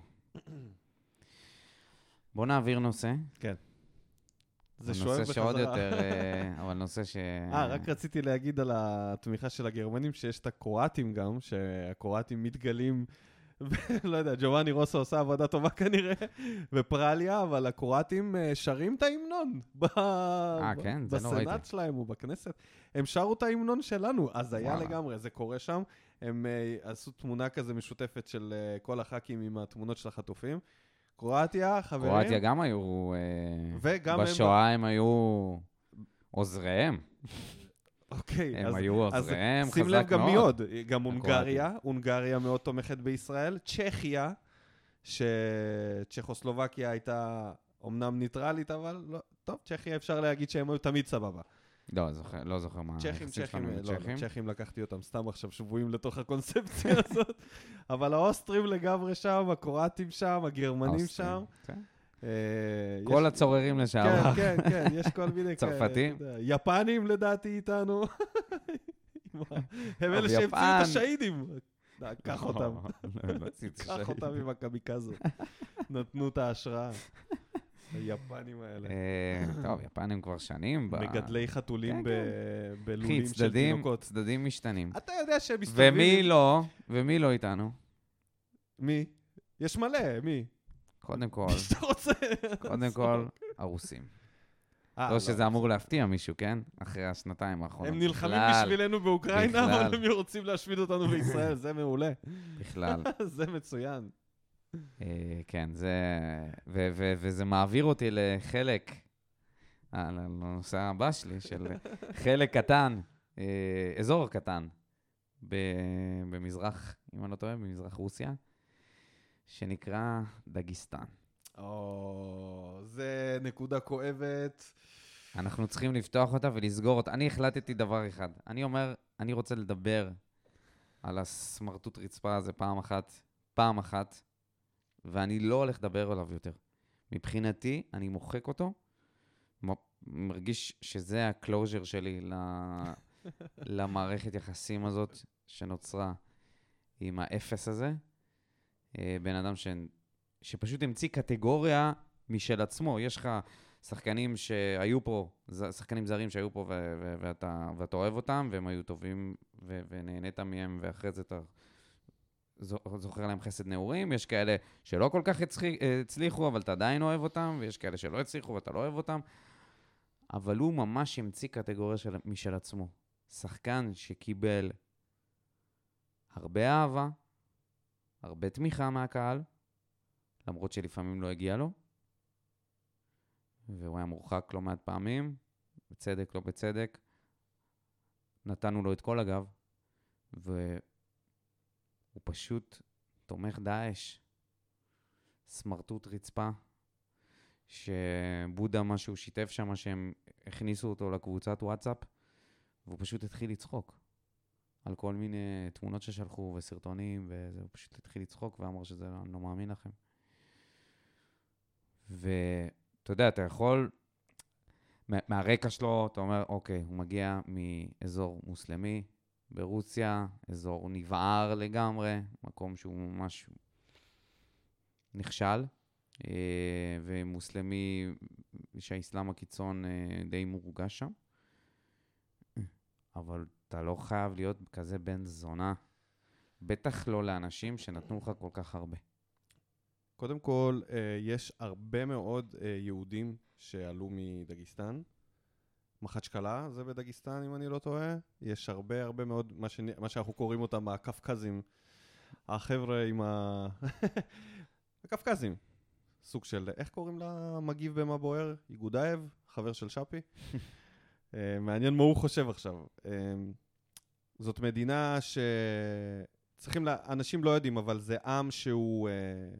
בוא נעביר נושא. כן. זה שואב בחזרה. נושא שעוד יותר, אבל נושא ש... אה, רק רציתי להגיד על התמיכה של הגרמנים, שיש את הקרואטים גם, שהקרואטים מתגלים, לא יודע, ג'ובאני רוסו עושה עבודה טובה כנראה, בפרליה, אבל הקרואטים שרים את ההמנון. אה, כן, זה לא ראיתי. בסנאט שלהם ובכנסת. הם שרו את ההמנון שלנו, אז היה לגמרי, זה קורה שם. הם עשו תמונה כזה משותפת של כל הח"כים עם התמונות של החטופים. קרואטיה, חברים. קרואטיה גם היו, בשואה הם היו עוזריהם. אוקיי. הם היו עוזריהם, חזק מאוד. שים לב גם מי עוד, גם הונגריה, הונגריה מאוד תומכת בישראל, צ'כיה, שצ'כוסלובקיה הייתה אומנם ניטרלית, אבל טוב, צ'כיה אפשר להגיד שהם היו תמיד סבבה. לא, זוכר, לא זוכר מה... צ'כים, צ'כים, לא, לא, צ'כים לקחתי אותם סתם עכשיו שבועים לתוך הקונספציה הזאת, אבל האוסטרים לגמרי שם, הקרואטים שם, הגרמנים שם. כל הצוררים לשעבר. כן, כן, כן, יש כל מיני כאלה. צרפתים? יפנים לדעתי איתנו. הם אלה שהמציאו את השהידים. קח אותם. קח אותם עם הקמיקזו. נתנו את ההשראה. היפנים האלה. טוב, יפנים כבר שנים. מגדלי חתולים בלולים של תינוקות. צדדים משתנים. אתה יודע שהם מסתובבים... ומי לא? ומי לא איתנו? מי? יש מלא, מי? קודם כל, שאתה רוצה. קודם כל, הרוסים. לא שזה אמור להפתיע מישהו, כן? אחרי השנתיים האחרונות. הם נלחמים בשבילנו באוקראינה, אבל הם רוצים להשמיד אותנו בישראל, זה מעולה. בכלל. זה מצוין. כן, זה... וזה מעביר אותי לחלק, לנושא הבא שלי, של חלק קטן, אזור קטן, במזרח, אם אני לא טועה, במזרח רוסיה, שנקרא דגיסטן. או, זה נקודה כואבת. אנחנו צריכים לפתוח אותה ולסגור אותה. אני החלטתי דבר אחד. אני אומר, אני רוצה לדבר על הסמרטוט רצפה הזה פעם אחת, פעם אחת, ואני לא הולך לדבר עליו יותר. מבחינתי, אני מוחק אותו, מרגיש שזה הקלוז'ר שלי למערכת יחסים הזאת שנוצרה עם האפס הזה. בן אדם ש... שפשוט המציא קטגוריה משל עצמו. יש לך שחקנים שהיו פה, שחקנים זרים שהיו פה ו- ו- ואתה, ואתה אוהב אותם, והם היו טובים ו- ונהנית מהם, ואחרי זה אתה זוכר להם חסד נעורים. יש כאלה שלא כל כך הצליחו, אבל אתה עדיין אוהב אותם, ויש כאלה שלא הצליחו ואתה לא אוהב אותם. אבל הוא ממש המציא קטגוריה של, משל עצמו. שחקן שקיבל הרבה אהבה, הרבה תמיכה מהקהל, למרות שלפעמים לא הגיע לו, והוא היה מורחק לא מעט פעמים, בצדק, לא בצדק. נתנו לו את כל הגב, והוא פשוט תומך דאעש, סמרטוט רצפה, שבודה משהו שיתף שם, שהם הכניסו אותו לקבוצת וואטסאפ, והוא פשוט התחיל לצחוק. על כל מיני תמונות ששלחו וסרטונים, וזה, הוא פשוט התחיל לצחוק ואמר שזה לא, אני לא מאמין לכם. ואתה יודע, אתה יכול, מהרקע שלו, אתה אומר, אוקיי, הוא מגיע מאזור מוסלמי ברוסיה, אזור נבער לגמרי, מקום שהוא ממש נכשל, ומוסלמי שהאסלאם הקיצון די מורגש שם. אבל אתה לא חייב להיות כזה בן זונה, בטח לא לאנשים שנתנו לך כל כך הרבה. קודם כל, יש הרבה מאוד יהודים שעלו מדגיסטן. מחצ'קלה זה בדגיסטן, אם אני לא טועה. יש הרבה הרבה מאוד, מה, ש... מה שאנחנו קוראים אותם, הקפקזים. החבר'ה עם ה... הקפקזים. סוג של, איך קוראים לה מגיב במה בוער? יגודאייב, חבר של שפי. מעניין מה הוא חושב עכשיו. זאת מדינה שצריכים, לה... אנשים לא יודעים, אבל זה עם שהוא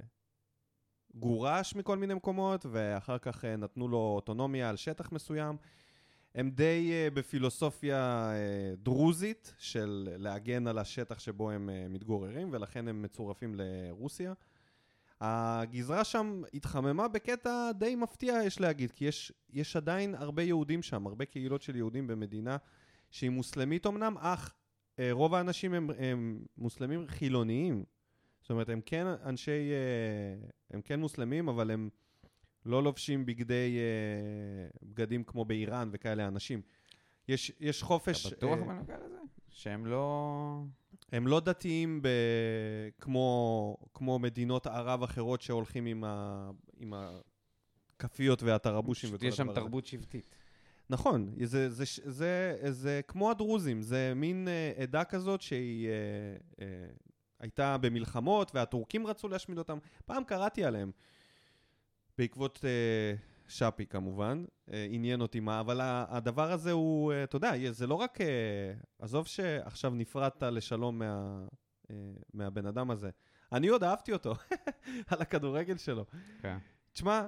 גורש מכל מיני מקומות, ואחר כך נתנו לו אוטונומיה על שטח מסוים. הם די בפילוסופיה דרוזית של להגן על השטח שבו הם מתגוררים, ולכן הם מצורפים לרוסיה. הגזרה שם התחממה בקטע די מפתיע, יש להגיד, כי יש, יש עדיין הרבה יהודים שם, הרבה קהילות של יהודים במדינה שהיא מוסלמית אמנם, אך רוב האנשים הם, הם מוסלמים חילוניים. זאת אומרת, הם כן אנשי, הם כן מוסלמים, אבל הם לא לובשים בגדי, בגדים כמו באיראן וכאלה אנשים. יש, יש חופש... אתה בטוח בנוגע לזה? שהם לא... הם לא דתיים ב... כמו, כמו מדינות ערב אחרות שהולכים עם, ה... עם הכפיות והתרבושים וכל הדבר הזה. יש שם תרבות שבטית. נכון, זה, זה, זה, זה, זה כמו הדרוזים, זה מין עדה כזאת שהיא... הייתה במלחמות, והטורקים רצו להשמיד אותם. פעם קראתי עליהם, בעקבות אה, שפי כמובן, אה, עניין אותי מה, אבל הדבר הזה הוא, אה, אתה יודע, זה לא רק, אה, עזוב שעכשיו נפרדת לשלום מה, אה, מהבן אדם הזה. אני עוד אהבתי אותו, על הכדורגל שלו. כן. תשמע,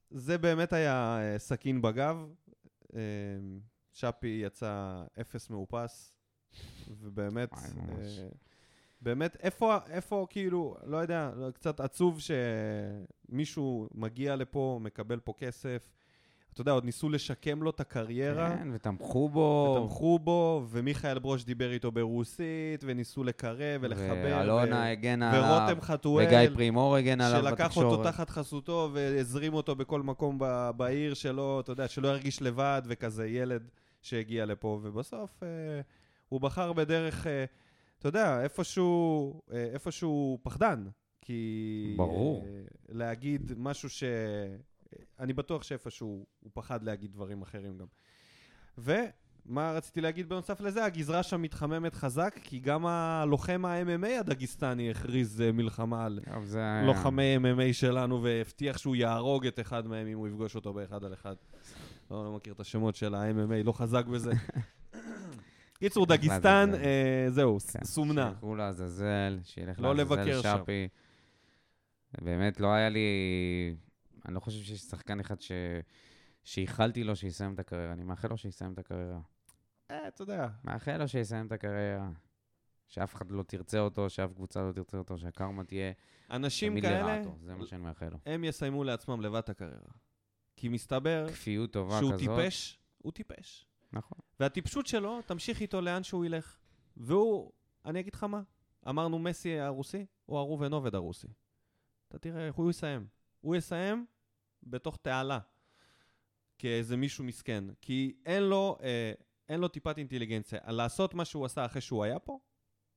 זה באמת היה אה, סכין בגב. אה, שפי יצא אפס מאופס, ובאמת, וואי, ממש. אה, באמת, איפה, איפה, כאילו, לא יודע, קצת עצוב שמישהו מגיע לפה, מקבל פה כסף, אתה יודע, עוד ניסו לשקם לו את הקריירה. כן, ותמכו בו. ותמכו בו, ומיכאל ברוש דיבר איתו ברוסית, וניסו לקרב ולחבר. ואלונה הגן עליו. ורותם חתואל. וגיא פרימור הגן עליו בתקשורת. שלקח אותו תחת חסותו, והזרים אותו בכל מקום ב- בעיר שלו, אתה יודע, שלא ירגיש לבד, וכזה ילד שהגיע לפה. ובסוף אה, הוא בחר בדרך, אה, אתה יודע, איפשהו, אה, איפשהו פחדן. כי... ברור. אה, להגיד משהו ש... אני בטוח שאיפשהו הוא פחד להגיד דברים אחרים גם. ומה רציתי להגיד בנוסף לזה? הגזרה שם מתחממת חזק, כי גם הלוחם ה-אם אם איי הדגיסטני הכריז מלחמה על לוחמי אם אם איי שלנו, והבטיח שהוא יהרוג את אחד מהם אם הוא יפגוש אותו באחד על אחד. לא, לא מכיר את השמות של ה-אם אם איי, לא חזק בזה. קיצור, דגיסטן, זהו, סומנה. שילכו לעזאזל, שילך לא לבקר לעזאזל שם. שפי. באמת לא היה לי... אני לא חושב שיש שחקן אחד ש... שייחלתי לו שיסיים את הקריירה. אני מאחל לו שיסיים את הקריירה. אה, אתה יודע. מאחל לו שיסיים את הקריירה. שאף אחד לא תרצה אותו, שאף קבוצה לא תרצה אותו, שהקרמה תהיה... אנשים תמיד כאלה, לרעתו. זה מה שאני מאחל לו. הם יסיימו לעצמם לבד את הקריירה. כי מסתבר כפיות טובה שהוא כזאת. טיפש, הוא טיפש. נכון. והטיפשות שלו תמשיך איתו לאן שהוא ילך. והוא, אני אגיד לך מה, אמרנו מסי הרוסי, הוא הרובן עובד הרוסי. אתה תראה איך הוא יסיים. הוא יסיים בתוך תעלה, כאיזה מישהו מסכן. כי אין לו, אה, אין לו טיפת אינטליגנציה. לעשות מה שהוא עשה אחרי שהוא היה פה,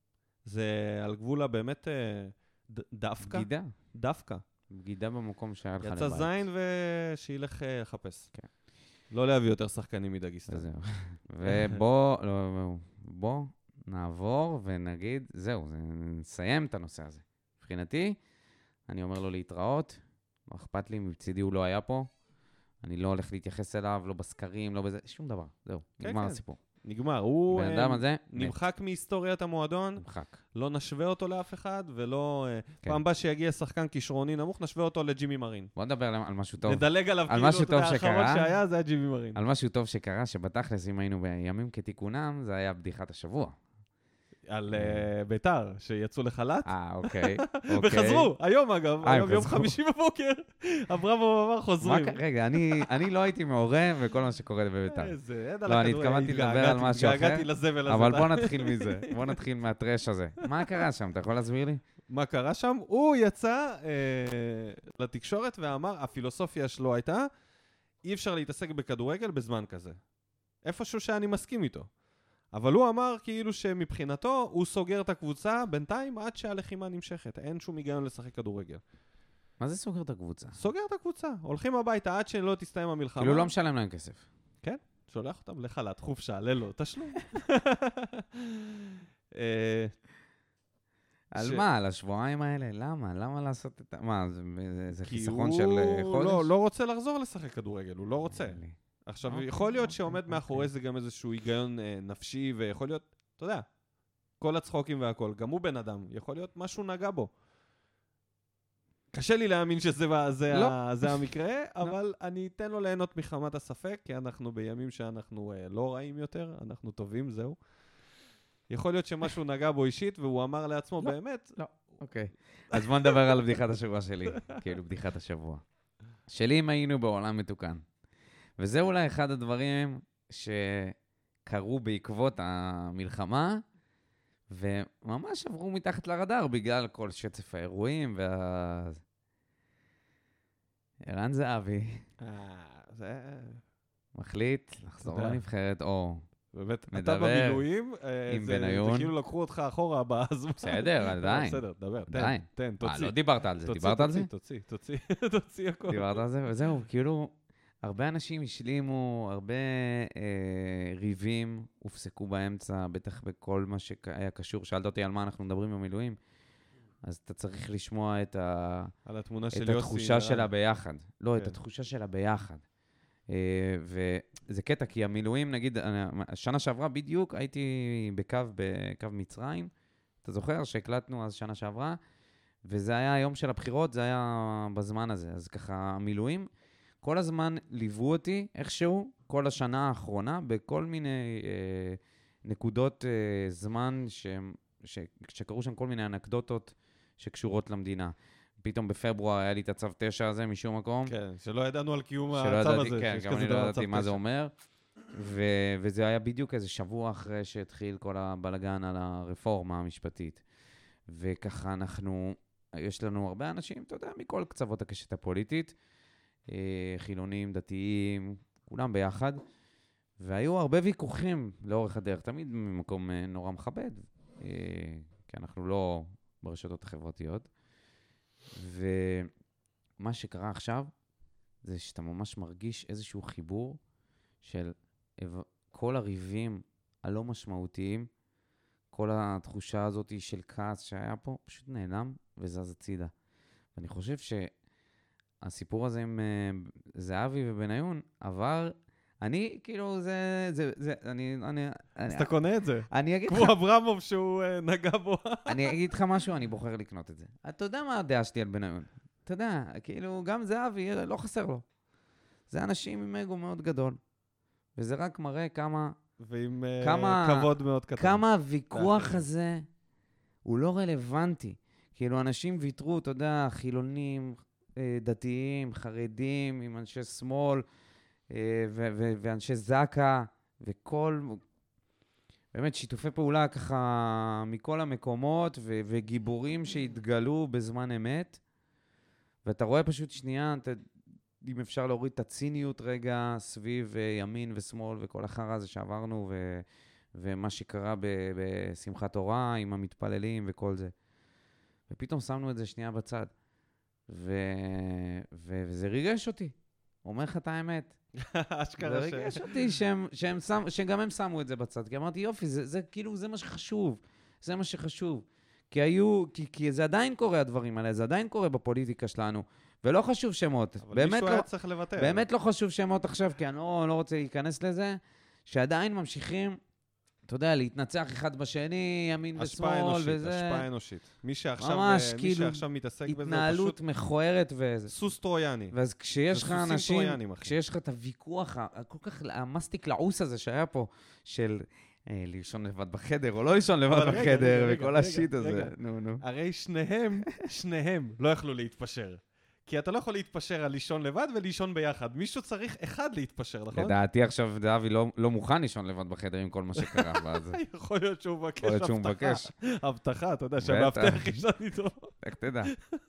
זה על גבולה באמת אה, ד, דווקא. בגידה. דווקא. בגידה במקום שהיה לך לבית. יצא זין ושילך אה, לחפש. כן. לא להביא יותר שחקנים מדגיסטן. וזהו. ובוא, לא, בוא נעבור ונגיד, זהו, נסיים את הנושא הזה. מבחינתי, אני אומר לו להתראות, לא אכפת לי, מצידי הוא לא היה פה, אני לא הולך להתייחס אליו, לא בסקרים, לא בזה, שום דבר, זהו, כן, נגמר כן. הסיפור. נגמר, הוא בן אדם אה, הזה, נמחק מהיסטוריית המועדון, נמחק. לא נשווה אותו לאף אחד, ולא... אה, כן. פעם בא שיגיע שחקן כישרוני נמוך, נשווה אותו לג'ימי מרין. בוא נדבר על משהו טוב. נדלג עליו, על כאילו, משהו אתה יודע, טוב האחרון שקרה. שהיה זה היה ג'ימי מרין. על משהו טוב שקרה, שבתכלס, אם היינו בימים כתיקונם, זה היה בדיחת השבוע. על אה, ביתר, שיצאו לחל"ת, אה, אוקיי. אוקיי. וחזרו, היום אגב, אה, היום יום חזרו. חמישי בבוקר, אברמוב אמר מה חוזרים. ק- רגע, אני- אני לא הייתי מעורב בכל מה שקורה בביתר. איזה, עד על לא, אני הכדורגל, התכוונתי לדבר על התגעגעתי, משהו אחר, התגעגעתי לזבל הזה. אבל בוא נתחיל מזה. בוא נתחיל מהטרש הזה. מה קרה שם? אתה יכול להסביר לי? מה קרה שם? הוא יצא אה, לתקשורת ואמר, הפילוסופיה שלו הייתה, אי אפשר להתעסק בכדורגל בזמן כזה. איפשהו שאני מסכים איתו. אבל הוא אמר כאילו שמבחינתו הוא סוגר את הקבוצה בינתיים עד שהלחימה נמשכת. אין שום היגיון לשחק כדורגל. מה זה סוגר את הקבוצה? סוגר את הקבוצה. הולכים הביתה עד שלא תסתיים המלחמה. כאילו לא משלם להם כסף. כן, שולח אותם לחל"ת, חופשה, ללא, תשלום. אה, על ש- מה? על השבועיים האלה? למה? למה לעשות את ה... מה, זה- זה- זה כי חיסכון הוא של אה, חודש? לא, לא רוצה לחזור לשחק כדורגל, הוא לא רוצה. אין לי. עכשיו, אוקיי, יכול להיות אוקיי, שעומד אוקיי. מאחורי זה גם איזשהו היגיון אה, נפשי, ויכול להיות, אתה יודע, כל הצחוקים והכל, גם הוא בן אדם, יכול להיות משהו נגע בו. קשה לי להאמין שזה ב- זה לא. ה- זה המקרה, אבל אני אתן לו ליהנות מחמת הספק, כי אנחנו בימים שאנחנו אה, לא רעים יותר, אנחנו טובים, זהו. יכול להיות שמשהו נגע בו אישית, והוא אמר לעצמו, לא. באמת, אוקיי. אז בוא נדבר על בדיחת השבוע שלי. כאילו, בדיחת השבוע. שלי אם היינו בעולם מתוקן. וזה אולי אחד הדברים שקרו בעקבות המלחמה, וממש עברו מתחת לרדאר בגלל כל שצף האירועים וה... ערן זהבי אה, זה... מחליט לחזור אתה יודע. לנבחרת, או... באמת, אתה מדבר במילואים, אה, עם זה- בניון. זה כאילו לקחו אותך אחורה בזמן. בסדר, עדיין. בסדר, דבר, תן, עדיין. תן, אה, תוציא. לא דיברת על זה, תוציא, דיברת על זה? תוציא, תוציא, תוציא, תוציא הכל. דיברת על זה, וזהו, כאילו, הרבה אנשים השלימו, הרבה אה, ריבים הופסקו באמצע, בטח בכל מה שהיה קשור. שאלת אותי על מה אנחנו מדברים במילואים, אז אתה צריך לשמוע את, ה, על התמונה של את יוסי. התחושה אה, שלה ביחד. לא, את כן. התחושה שלה ביחד. אה, וזה קטע, כי המילואים, נגיד, אני- השנה שעברה בדיוק הייתי בקו, בקו מצרים, אתה זוכר שהקלטנו אז שנה שעברה, וזה היה היום של הבחירות, זה היה בזמן הזה. אז ככה, המילואים, כל הזמן ליוו אותי איכשהו, כל השנה האחרונה, בכל מיני אה, נקודות אה, זמן ש, ש, שקרו שם כל מיני אנקדוטות שקשורות למדינה. פתאום בפברואר היה לי את הצו תשע הזה משום מקום. כן, שלא ידענו על קיום שלא הצו ידעתי, הזה. כן, שיש גם כזה אני לא דבר ידעתי צו מה זה תשע. אומר. ו- וזה היה בדיוק איזה שבוע אחרי שהתחיל כל הבלגן על הרפורמה המשפטית. וככה אנחנו, יש לנו הרבה אנשים, אתה יודע, מכל קצוות הקשת הפוליטית, אה, חילונים, דתיים, כולם ביחד. והיו הרבה ויכוחים לאורך הדרך, תמיד ממקום אה, נורא מכבד, אה, כי אנחנו לא ברשתות החברתיות. ומה שקרה עכשיו, זה שאתה ממש מרגיש איזשהו חיבור של כל הריבים הלא משמעותיים, כל התחושה הזאת של כעס שהיה פה, פשוט נעלם וזז הצידה. ואני חושב שהסיפור הזה עם uh, זהבי ובניון עבר, אני כאילו זה, זה, זה, אני, אני, אז אני, אתה קונה את זה. אני אגיד לך, כמו אברמוב שהוא uh, נגע בו. אני אגיד לך משהו, אני בוחר לקנות את זה. אתה יודע מה הדעה שלי על בניון? אתה יודע, כאילו גם זהבי לא חסר לו. זה אנשים עם אגו מאוד גדול. וזה רק מראה כמה, ועם כמה, uh, כבוד מאוד קטן. כמה הוויכוח הזה הוא לא רלוונטי. כאילו אנשים ויתרו, אתה יודע, חילונים, דתיים, חרדים, עם אנשי שמאל, ו- ו- ואנשי זקה, וכל, באמת שיתופי פעולה ככה מכל המקומות, ו- וגיבורים שהתגלו בזמן אמת. ואתה רואה פשוט שנייה, אתה... אם אפשר להוריד את הציניות רגע סביב ימין ושמאל וכל החרא הזה שעברנו ו- ומה שקרה ב- בשמחת תורה עם המתפללים וכל זה. ופתאום שמנו את זה שנייה בצד. ו- ו- וזה ריגש אותי. אומר לך את האמת. אשכרה ש... זה ריגש אותי שהם, שהם שם, שגם הם שמו את זה בצד. כי אמרתי, יופי, זה, זה כאילו, זה מה שחשוב. זה מה שחשוב. כי היו, כי, כי זה עדיין קורה הדברים האלה, זה עדיין קורה בפוליטיקה שלנו. ולא חשוב שמות. אבל מישהו לא, היה צריך לוותר. באמת לא חשוב שמות עכשיו, כי אני לא, לא רוצה להיכנס לזה, שעדיין ממשיכים, אתה יודע, להתנצח אחד בשני, ימין ושמאל אנושית, וזה. השפעה אנושית. מי שעכשיו, ממש, מי כאילו, שעכשיו מתעסק בזה, הוא התנהלות פשוט מכוערת וזה. סוס טרויאני. ואז כשיש לך סוסים אנשים, טרויאנים, אחי. כשיש לך את הוויכוח, כל כך המסטיק לעוס הזה שהיה פה, של אה, לישון לבד בחדר, או לא לישון לבד אבל רגע, בחדר, רגע, וכל רגע, השיט רגע. הזה. נו, נו. הרי שניהם, שניהם לא יכלו להתפשר. כי אתה לא יכול להתפשר על לישון לבד ולישון ביחד. מישהו צריך אחד להתפשר, נכון? לדעתי עכשיו דאבי לא, לא מוכן לישון לבד בחדר עם כל מה שקרה. ואז... יכול להיות שהוא מבקש יכול להיות שהוא הבטחה. מבקש. הבטחה, אתה יודע, בטח. שהמאבטח ישן איתו. איך תדע?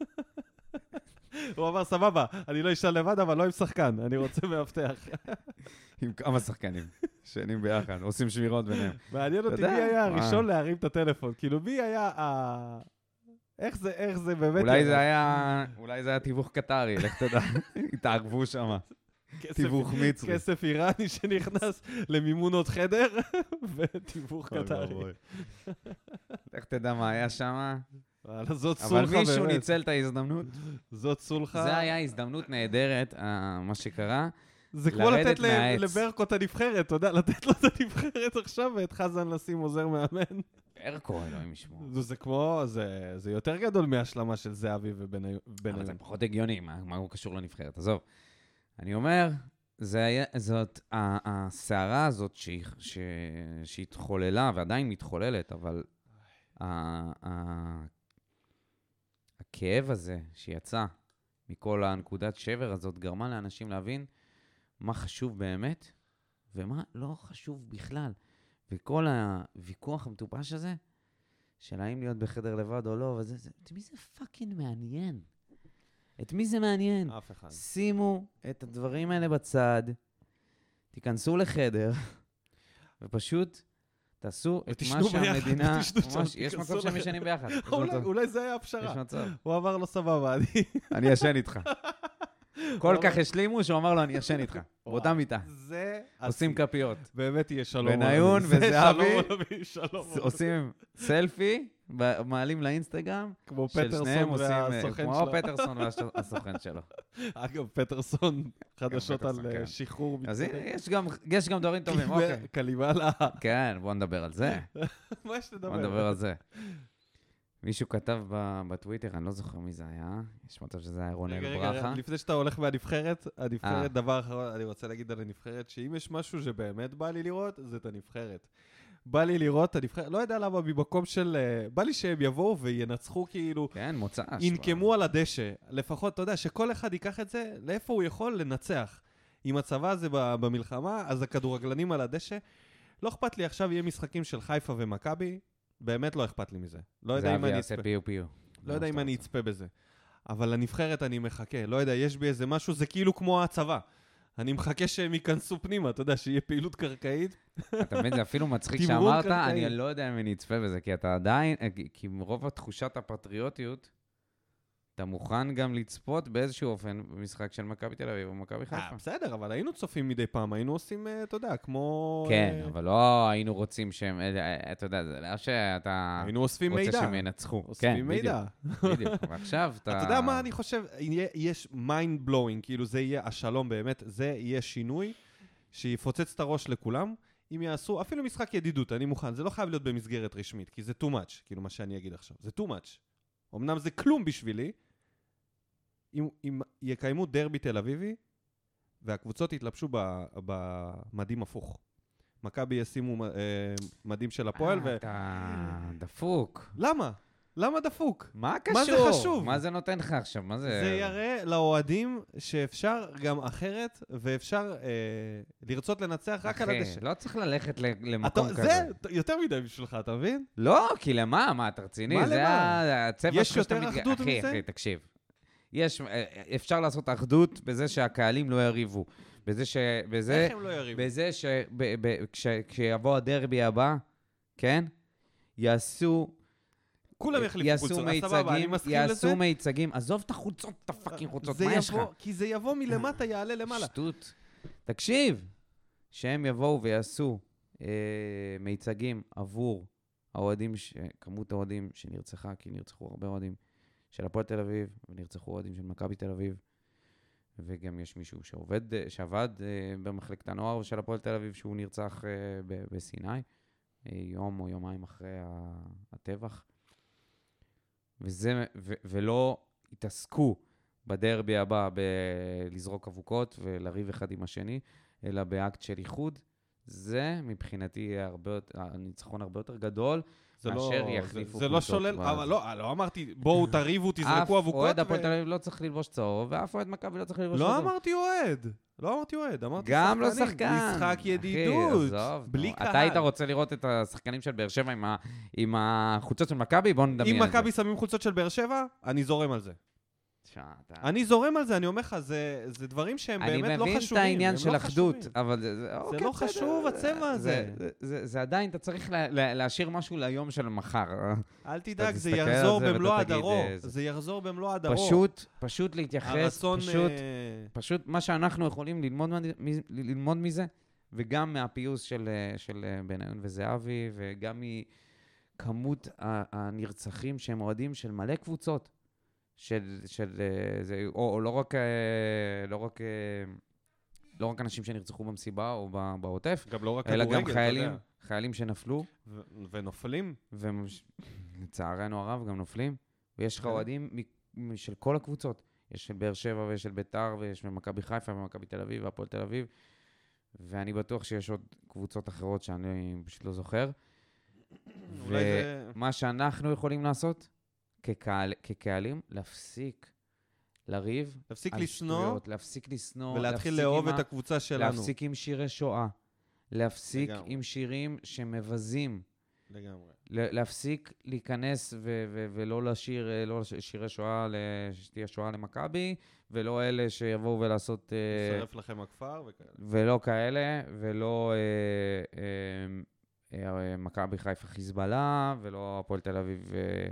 הוא אמר, סבבה, אני לא ישן לבד, אבל לא עם שחקן, אני רוצה מאבטח. עם כמה שחקנים, שנים ביחד, עושים שמירות ביניהם. מעניין אותי יודע, מי היה מה? הראשון להרים את הטלפון. כאילו, מי היה ה... איך זה, איך זה באמת... אולי זה ירד? היה, אולי זה היה תיווך קטרי, לך תדע. התערבו שם. כסף- תיווך מצרי. כסף איראני שנכנס למימון עוד חדר, ותיווך קטרי. לך תדע מה היה שם. וואלה, זאת אבל סולחה באמת. מישהו ניצל את ההזדמנות. זאת סולחה. זה היה הזדמנות נהדרת, אה, מה שקרה. זה כמו לרדת לתת ל- מהעץ. לברקו את הנבחרת, אתה יודע, לתת לו את הנבחרת עכשיו, ואת חזן לשים עוזר מאמן. ארקו, אלוהים ישמור. זה זה כמו, זה זה יותר גדול מהשלמה של זהבי ובניון. אבל זה פחות הגיוני, מה מה הוא קשור לנבחרת? עזוב. אני אומר, זה היה, זאת, ה- הסערה הזאת שהיא- ש- שהתחוללה, ועדיין מתחוללת, אבל ה- ה- הכאב הזה שיצא מכל הנקודת שבר הזאת, גרמה לאנשים להבין מה חשוב באמת, ומה לא חשוב בכלל. וכל הוויכוח המטופש הזה, של האם להיות בחדר לבד או לא, וזה, זה, את מי זה פאקינג מעניין? את מי זה מעניין? אף אחד. שימו את הדברים האלה בצד, תיכנסו לחדר, ופשוט תעשו את מה ותשנו ביחד, שהמדינה... ותשנו שם, ממש, יש תיכנסו מצב שהם לחדר. ישנים ביחד. יש אולי- מצב. אולי זה היה יש הפשרה. מצב. הוא אמר לו, סבבה, אני... אני ישן איתך. כל הוא כך אמר- השלימו שהוא אמר לו, אני ישן איתך. באותה מיטה. זה... עושים השיא. כפיות. באמת יהיה שלום. בניון עולמי. זה וזהבי. שלום עולמי, שלום עולמי. עושים סלפי, ב- מעלים לאינסטגרם, כמו של פטרסון שניהם עושים, אה, והסוכן כמו שלו. פטרסון והסוכן שלו. אגב, פטרסון, חדשות על פטרסון, אה, כן. שחרור. אז מצטער. יש גם- יש גם דברים טובים, אוקיי. קלימלה. כן, בוא נדבר על זה. מה יש לדבר? בוא נדבר על זה. מישהו כתב בטוויטר, אני לא זוכר מי זה היה, יש מצב שזה היה רונל ברכה. לפני שאתה הולך מהנבחרת, הנבחרת, דבר אחרון, אני רוצה להגיד על הנבחרת, שאם יש משהו שבאמת בא לי לראות, זה את הנבחרת. בא לי לראות את הנבחרת, לא יודע למה, במקום של... בא לי שהם יבואו וינצחו כאילו... כן, מוצא. ינקמו על הדשא. לפחות, אתה יודע, שכל אחד ייקח את זה, לאיפה הוא יכול לנצח. אם הצבא הזה במלחמה, אז הכדורגלנים על הדשא. לא אכפת לי, עכשיו יהיה משחקים של חיפה ומכבי, באמת לא אכפת לי מזה. לא יודע אם אני אצפה. פיו פיו. לא יודע אם אני אצפה בזה. אבל לנבחרת אני מחכה. לא יודע, יש בי איזה משהו, זה כאילו כמו הצבא. אני מחכה שהם ייכנסו פנימה, אתה יודע, שיהיה פעילות קרקעית. אתה מבין, זה אפילו מצחיק שאמרת, אני לא יודע אם אני אצפה בזה, כי אתה עדיין, כי מרוב התחושת הפטריוטיות, אתה מוכן גם לצפות באיזשהו אופן במשחק של מכבי תל אביב או מכבי חיפה. בסדר, אבל היינו צופים מדי פעם, היינו עושים, אתה יודע, כמו... כן, אבל לא היינו רוצים שהם, אתה יודע, זה לא שאתה... היינו אוספים מידע. רוצה שהם ינצחו. אוספים מידע. בדיוק, ועכשיו אתה... אתה יודע מה אני חושב? יש mind blowing, כאילו זה יהיה השלום באמת, זה יהיה שינוי שיפוצץ את הראש לכולם, אם יעשו, אפילו משחק ידידות, אני מוכן, זה לא חייב להיות במסגרת רשמית, כי זה too much, כאילו מה שאני אגיד עכשיו, זה too much. אמנם זה כלום בשבילי, אם, אם יקיימו דרבי תל אביבי, והקבוצות יתלבשו במדים הפוך. מכבי ישימו אה, מדים של הפועל ו... אתה דפוק. למה? למה דפוק? מה קשור? מה זה חשוב? מה זה נותן לך עכשיו? מה זה... זה יראה לאוהדים שאפשר גם אחרת, ואפשר אה, לרצות לנצח רק על הדשא. אחי, לא צריך ללכת למקום אתה, כזה. זה יותר מדי בשבילך, אתה מבין? לא, כי למה? מה, אתה רציני? מה זה למה? הצבע יש יותר אחדות אחי, מזה? אחי, תקשיב. יש, אפשר לעשות אחדות בזה שהקהלים לא יריבו. בזה ש... בזה, איך הם לא יריבו? בזה ש... ב, ב, כש, כשיבוא הדרבי הבא, כן? יעשו... כולם יחליפו חולצות, סבבה, אני מסכים לזה. יעשו מיצגים, עזוב את החולצות, את הפאקינג חולצות, מה יש לך? כי זה יבוא מלמטה, יעלה למעלה. שטות. תקשיב, שהם יבואו ויעשו אה, מיצגים עבור האוהדים, ש... כמות האוהדים שנרצחה, כי נרצחו הרבה אוהדים של הפועל תל אביב, ונרצחו אוהדים של מכבי תל אביב, וגם יש מישהו שעובד, שעבד אה, במחלקת הנוער של הפועל תל אביב, שהוא נרצח אה, ב- בסיני, אה, יום או יומיים אחרי הטבח. וזה, ו- ולא התעסקו בדרבי הבא בלזרוק אבוקות ולריב אחד עם השני, אלא באקט של איחוד. זה מבחינתי יהיה הרבה, הניצחון הרבה יותר גדול, מאשר יחליפו. זה לא שולל, אבל לא, לא אמרתי, בואו תריבו, תזרקו אבוקות. אף אוהד הפועל תל אביב לא צריך ללבוש צהוב, ואף אוהד מכבי לא צריך ללבוש צהוב. לא אמרתי אוהד, לא אמרתי אוהד, אמרתי שחקנים. גם לא שחקן. משחק ידידות, בלי קהל. אתה היית רוצה לראות את השחקנים של באר שבע עם החולצות של מכבי? בואו נדמיין את זה. אם מכבי שמים חולצות של באר שבע, אני זורם על זה. אני זורם על זה, אני אומר לך, זה דברים שהם באמת לא חשובים. אני מבין את העניין של אחדות, אבל זה לא חשוב, הצבע הזה. זה עדיין, אתה צריך להשאיר משהו ליום של מחר. אל תדאג, זה יחזור במלוא הדרו. זה יחזור במלוא הדרו. פשוט, פשוט להתייחס, פשוט מה שאנחנו יכולים ללמוד מזה, וגם מהפיוס של בניון וזהבי, וגם מכמות הנרצחים שהם אוהדים של מלא קבוצות. של, של, זה, או, או לא רק, לא רק, לא רק אנשים שנרצחו במסיבה או בעוטף, גם לא רק אלא כדורגל, גם חיילים, חיילים שנפלו. ו- ונופלים. ולצערנו הרב גם נופלים. ויש לך אוהדים של כל הקבוצות. יש של באר שבע ויש של ביתר ויש ממכבי חיפה ומכבי תל אביב והפועל תל אביב. ואני בטוח שיש עוד קבוצות אחרות שאני פשוט לא זוכר. ומה שאנחנו יכולים לעשות, כקהל, כקהלים, להפסיק לריב, להפסיק לשנוא, להפסיק לשנוא, ולהתחיל לאהוב את הקבוצה שלנו. להפסיק עם שירי שואה, להפסיק לגמרי. עם שירים שמבזים. לגמרי. להפסיק להיכנס ו- ו- ולא לשיר, לא שירי שואה, שתהיה שואה למכבי, ולא אלה שיבואו ולעשות... שרף לכם הכפר וכאלה. ולא כאלה, ולא אה, אה, אה, מכבי חיפה חיזבאללה, ולא הפועל תל אביב... אה,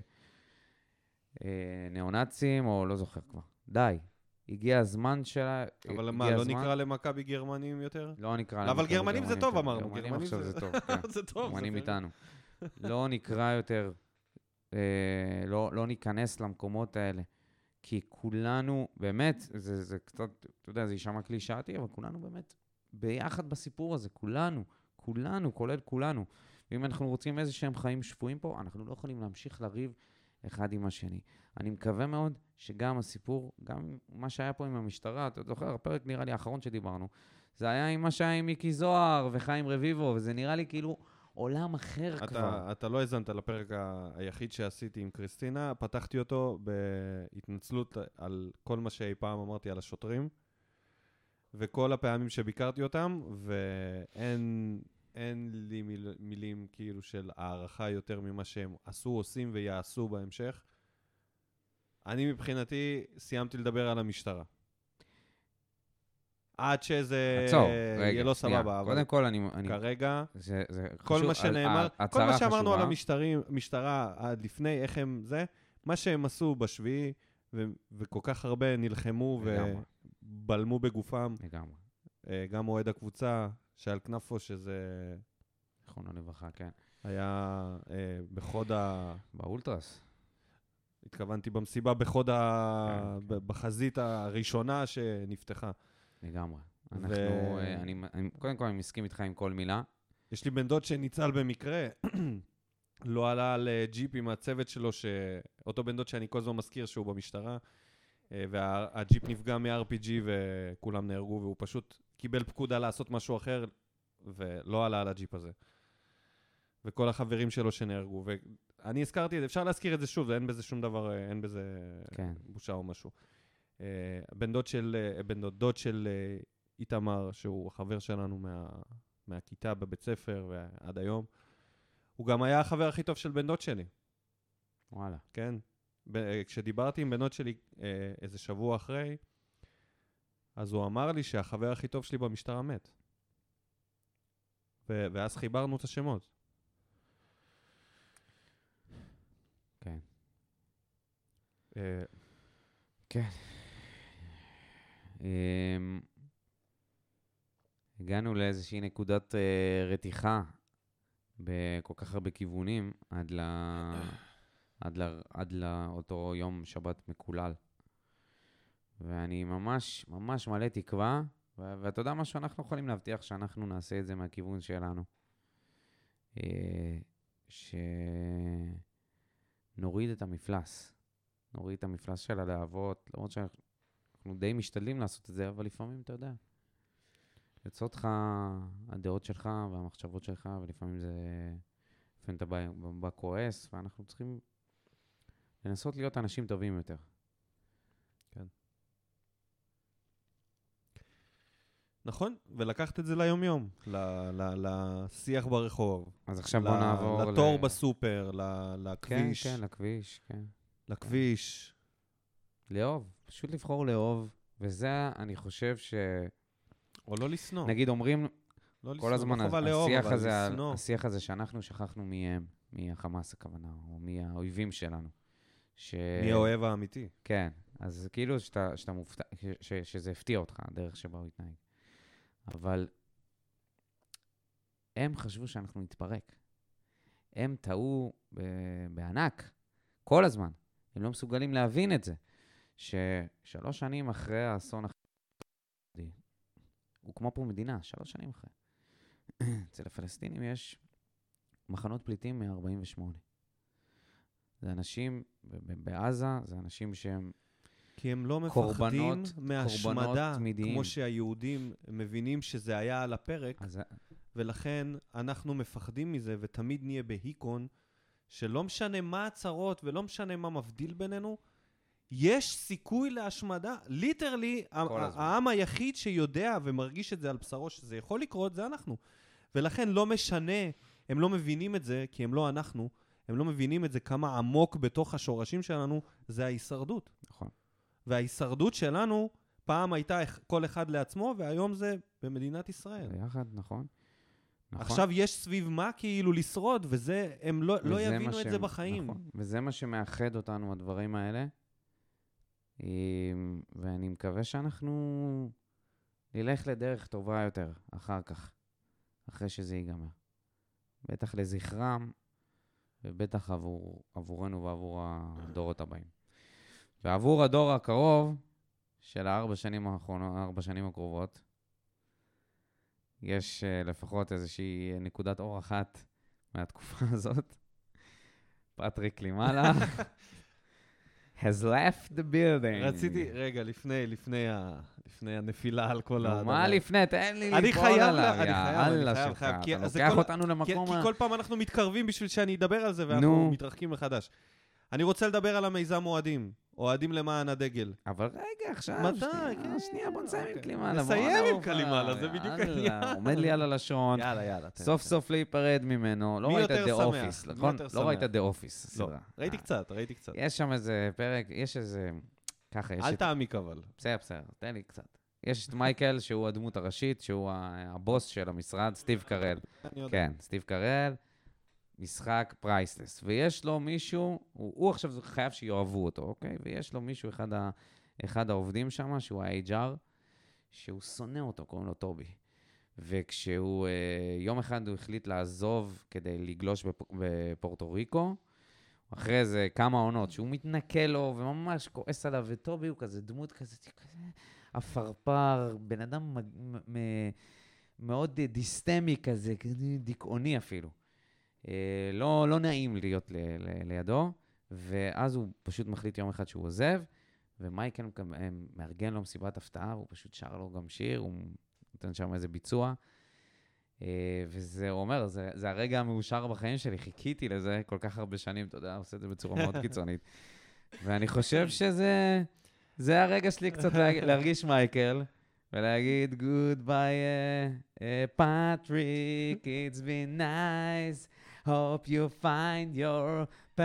נאונאצים, או לא זוכר כבר. די. הגיע הזמן שלה... אבל מה, לא נקרא למכבי גרמנים יותר? לא נקרא למכבי אבל גרמנים זה טוב, אמרנו. גרמנים עכשיו זה טוב. זה טוב. גרמנים איתנו. לא נקרא יותר, לא ניכנס למקומות האלה. כי כולנו, באמת, זה קצת, אתה יודע, זה יישמע קלישאתי, אבל כולנו באמת ביחד בסיפור הזה. כולנו, כולנו, כולל כולנו. ואם אנחנו רוצים איזה שהם חיים שפויים פה, אנחנו לא יכולים להמשיך לריב אחד עם השני. אני מקווה מאוד שגם הסיפור, גם מה שהיה פה עם המשטרה, אתה זוכר, הפרק נראה לי האחרון שדיברנו, זה היה עם מה שהיה עם מיקי זוהר וחיים רביבו, וזה נראה לי כאילו עולם אחר אתה, כבר. אתה לא הזנת לפרק ה- היחיד שעשיתי עם קריסטינה, פתחתי אותו בהתנצלות על כל מה שאי פעם אמרתי על השוטרים, וכל הפעמים שביקרתי אותם, ואין אין לי מיל, מילים כאילו של הערכה יותר ממה שהם עשו, עושים ויעשו בהמשך. אני מבחינתי סיימתי לדבר על המשטרה. עד שזה עצור, רגע, יהיה לא שנייה. סבבה, אבל קודם כל, אני... אני כרגע, זה, זה כל חשוב, מה שנאמר, ה- כל הצהרה מה שאמרנו חשובה. על המשטרים, משטרה עד לפני, איך הם זה, מה שהם עשו בשביעי, ו- וכל כך הרבה נלחמו לגמרי. ובלמו בגופם, לגמרי. אה, גם אוהד הקבוצה, שעל כנפו, שזה זכרונו לברכה, כן. היה אה, בחוד ה... באולטרס. התכוונתי במסיבה בחוד ה... כן, ב- בחזית הראשונה שנפתחה. לגמרי. ו- אנחנו, אה, אני, אני, קודם כל, אני מסכים איתך עם כל מילה. יש לי בן דוד שניצל במקרה, לא עלה על אה, ג'יפ עם הצוות שלו, שאותו בן דוד שאני כל הזמן מזכיר שהוא במשטרה, אה, והג'יפ נפגע מ-אר פי ג'י וכולם נהרגו, והוא פשוט קיבל פקודה לעשות משהו אחר, ולא עלה על הג'יפ הזה. וכל החברים שלו שנהרגו. ואני הזכרתי את זה, אפשר להזכיר את זה שוב, אין בזה שום דבר, אה, אין בזה כן. בושה או משהו. אה, בן דוד של, אה, בן דוד, דוד של אה, איתמר, שהוא החבר שלנו מה, מהכיתה בבית ספר ועד היום, הוא גם היה החבר הכי טוב של בן דוד שלי. וואלה. כן? ב- כשדיברתי עם בן דוד שלי אה, איזה שבוע אחרי, אז הוא אמר לי שהחבר הכי טוב שלי במשטרה מת. ו- ואז חיברנו את השמות. כן. אה, כן. אמ, הגענו לאיזושהי נקודת אה, רתיחה בכל כך הרבה כיוונים עד ל... עד, ל... עד לאותו יום שבת מקולל. ואני ממש, ממש מלא תקווה, ו... ואתה יודע מה שאנחנו יכולים להבטיח שאנחנו נעשה את זה מהכיוון שלנו. אה, שנוריד את המפלס. נוריד את המפלס של הלהבות, למרות שאנחנו די משתדלים לעשות את זה, אבל לפעמים אתה יודע. יוצאות לך הדעות שלך והמחשבות שלך, ולפעמים זה... לפעמים אתה בא, בא כועס, ואנחנו צריכים לנסות להיות אנשים טובים יותר. כן. נכון, ולקחת את זה ליום-יום, ל- ל- לשיח ברחוב. אז עכשיו ל- בוא נעבור... לתור ל... בסופר, ל- לכביש. כן, כן, לכביש, כן. לכביש. לאהוב, פשוט לבחור לאהוב, וזה, אני חושב ש... או לא לשנוא. נגיד אומרים, לא כל לשנוא, הזמן לא חובה לאהוב, השיח אבל הזה, לשנוא. השיח הזה שאנחנו שכחנו מי הם, מי החמאס הכוונה, או מי האויבים שלנו. ש... מי האוהב האמיתי. כן, אז כאילו שאתה, שאתה מופתע, ש, שזה הפתיע אותך, הדרך שבה הוא התנהג. אבל הם חשבו שאנחנו נתפרק. הם טעו ב- בענק, כל הזמן. הם לא מסוגלים להבין את זה. ששלוש שנים אחרי האסון הכי... הוקמה פה מדינה, שלוש שנים אחרי. אצל הפלסטינים יש מחנות פליטים מ-ארבעים ושמונה. זה אנשים, ב- ב- בעזה, זה אנשים שהם... כי הם לא קורבנות- מפחדים מהשמדה, קורבנות תמידיים. כמו שהיהודים מבינים שזה היה על הפרק, אז ולכן אנחנו מפחדים מזה, ותמיד נהיה בהיקון, שלא משנה מה הצרות ולא משנה מה מבדיל בינינו, יש סיכוי להשמדה. ליטרלי, כל הזמן. העם היחיד שיודע ומרגיש את זה על בשרו, שזה יכול לקרות, זה אנחנו. ולכן לא משנה, הם לא מבינים את זה, כי הם לא אנחנו, הם לא מבינים את זה כמה עמוק בתוך השורשים שלנו, זה ההישרדות. נכון. וההישרדות שלנו פעם הייתה כל אחד לעצמו, והיום זה במדינת ישראל. ביחד, נכון. נכון. עכשיו יש סביב מה כאילו לשרוד, וזה, הם לא, לא וזה יבינו מה את שהם- זה בחיים. נכון. וזה מה שמאחד אותנו, הדברים האלה. אמ, ואני מקווה שאנחנו נלך לדרך טובה יותר אחר כך, אחרי שזה ייגמר. בטח לזכרם, ובטח עבור, עבורנו ועבור הדורות הבאים. ועבור הדור הקרוב של הארבע שנים האחרונות, הארבע שנים הקרובות, יש uh, לפחות איזושהי נקודת אור אחת מהתקופה הזאת. פטריק קלימאלה has left the building. רציתי, רגע, לפני, לפני ה... לפני הנפילה על כל הדבר. מה לפני? תן לי אני ליפול חייב, עליו, אני חייב, אני חייב, חייב. אתה כי זה לוקח כל- אותנו כי למקום כי ה... כל פעם אנחנו מתקרבים בשביל שאני אדבר על זה, ואנחנו נו. מתרחקים מחדש. אני רוצה לדבר על המיזם אוהדים. אוהדים למען הדגל. אבל רגע, עכשיו, מתי? שנייה, כן, שנייה, בוא נסיים עם אוקיי. קלימאלה. נסיים בוא עם נעבור קלימאלה, כבר. זה בדיוק יאללה, העניין. עומד לי על הלשון. יאללה, יאללה. תן, סוף תן. סוף להיפרד ממנו. לא מי ראית יותר The שמח? Office, מי נכון? יותר לא ראית שמח? The Office, לא, סדרה. ראיתי אה. קצת, ראיתי קצת. יש שם איזה פרק, יש איזה... ככה, יש אל את... תעמיק אבל. בסדר, בסדר, תן לי קצת. יש את מייקל, שהוא הדמות הראשית, שהוא ה- הבוס של המשרד, סטיב קרל. אני יודע. כן, סטיב קרל, משחק פרייסלס. ויש לו מישהו, הוא, הוא עכשיו חייב שיאהבו אותו, אוקיי? ויש לו מישהו, אחד, ה, אחד העובדים שם, שהוא ה-אייץ' אר, שהוא שונא אותו, קוראים לו טובי. וכשהוא, אה, יום אחד הוא החליט לעזוב כדי לגלוש בפ, בפורטו ריקו, אחרי זה כמה עונות, שהוא מתנקה לו וממש כועס עליו, וטובי הוא כזה דמות כזה, כזה אפרפר, בן אדם מ- מ- מ- מאוד דיסטמי כזה, דיכאוני אפילו. אה, לא, לא נעים להיות ל- ל- לידו, ואז הוא פשוט מחליט יום אחד שהוא עוזב, ומייקל מארגן לו מסיבת הפתעה, והוא פשוט שר לו גם שיר, הוא נותן שם איזה ביצוע, אה, וזה הוא אומר, זה, זה הרגע המאושר בחיים שלי, חיכיתי לזה כל כך הרבה שנים, אתה יודע, עושה את זה בצורה מאוד קיצונית. ואני חושב שזה זה הרגע שלי קצת להג- להרגיש מייקל, ולהגיד, goodbye, Patrick, it's been nice, hope you find your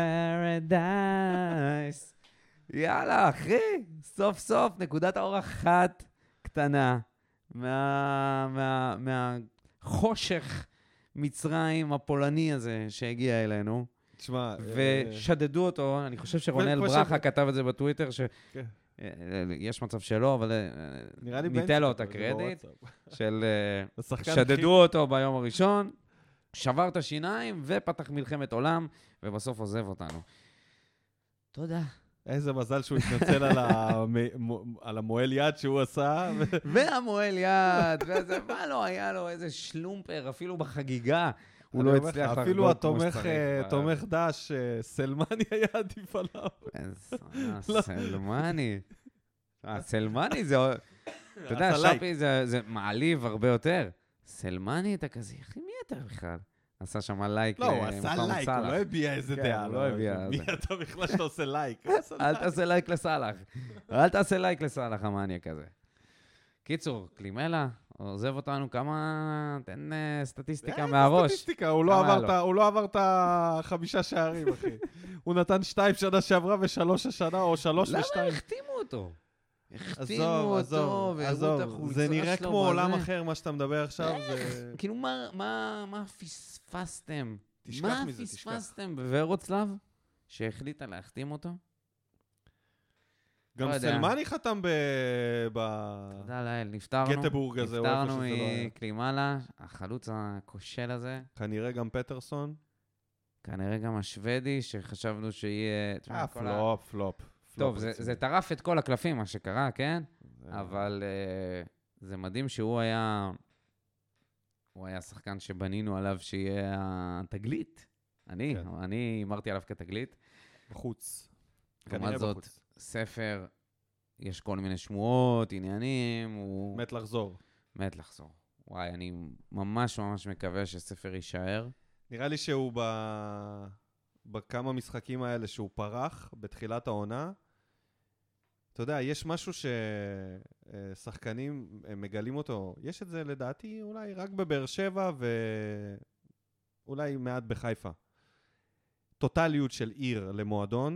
paradise. יאללה, אחי, סוף סוף, נקודת האור אחת קטנה, מה, מה, מהחושך מצרים הפולני הזה שהגיע אלינו, תשמע, ושדדו אותו, אני חושב שרונל וכמו ברכה ש- כתב את זה בטוויטר, ש... כן. אה, יש מצב שלא, אבל אה, נראה לי ניתן בן לו את שכתב זה הקרדיט, בוואטסאפ. של אה, השחקן שדדו הכי- אותו ביום הראשון, שבר את השיניים ופתח מלחמת עולם, ובסוף עוזב אותנו. תודה. איזה מזל שהוא התנצל על המ- על המועל יד שהוא עשה. ו- והמועל יד, וזה, מה לא היה לו, איזה שלומפר, אפילו בחגיגה. הוא אני לא אומר לך, הצליח אפילו לחגוג כמו התומך, שצריך. אה, ב- תומך דש, אה, סלמני היה עדיף עליו. איזה לא. סלמני. אה, סלמני זה... אתה יודע, עשה לייק. שפי זה זה מעליב הרבה יותר. סלמני אתה כזה, אחי, מי אתה בכלל? עשה שם לייק לא, הוא עשה למוחמד לייק, הוא סלאח. לא הביע איזה כן, דעה. הוא לא הביע מי זה. אתה בכלל שאתה עושה לייק? הוא עשה אל לייק. תעשה לייק לסלאח. אל תעשה לייק לסלאח המניאק הזה. קיצור, קלימלה, עוזב אותנו כמה... תן אה, סטטיסטיקה אה, מהראש. סטטיסטיקה, הוא לא כמה עבר היה את ה- הוא לא עבר את החמישה שערים, אחי. הוא נתן שתיים שנה שעברה ושלוש השנה, או שלוש למה ושתיים. החתימו אותו? החתימו עזוב, אותו, עזוב, והראו את עזוב. החולצה זה נראה שלו כמו עולם בזה. אחר, מה שאתה מדבר עכשיו. זה- כאילו, מה, מה, מה פספסתם? תשכח מה מזה, תשכח. פספסתם בוורוצלב שהחליטה להחתים אותו? גם לא יודע. סלמני חתם ב- תודה לאל, נפטרנו. בגטבורג הזה, או איפה נפטרנו שזה לא היה. מקלימלה, החלוץ הכושל הזה. כנראה גם פטרסון. כנראה גם השוודי, שחשבנו שיהיה... תשמע, אה, כל ה- פלופ, פלופ. טוב, פלופ זה- רציני. זה טרף את כל הקלפים, מה שקרה, כן? זה- אבל uh, זה מדהים שהוא היה... הוא היה שחקן שבנינו עליו שיהיה התגלית. אני, כן. אני אמרתי עליו כתגלית. בחוץ. לעומת כנראה זאת, בחוץ. ספר, יש כל מיני שמועות, עניינים, הוא מת לחזור. מת לחזור. וואי, אני ממש ממש מקווה שספר יישאר. נראה לי שהוא ב... בכמה משחקים האלה שהוא פרח בתחילת העונה. אתה יודע, יש משהו ששחקנים מגלים אותו. יש את זה לדעתי אולי רק בבאר שבע ואולי מעט בחיפה. טוטליות של עיר למועדון,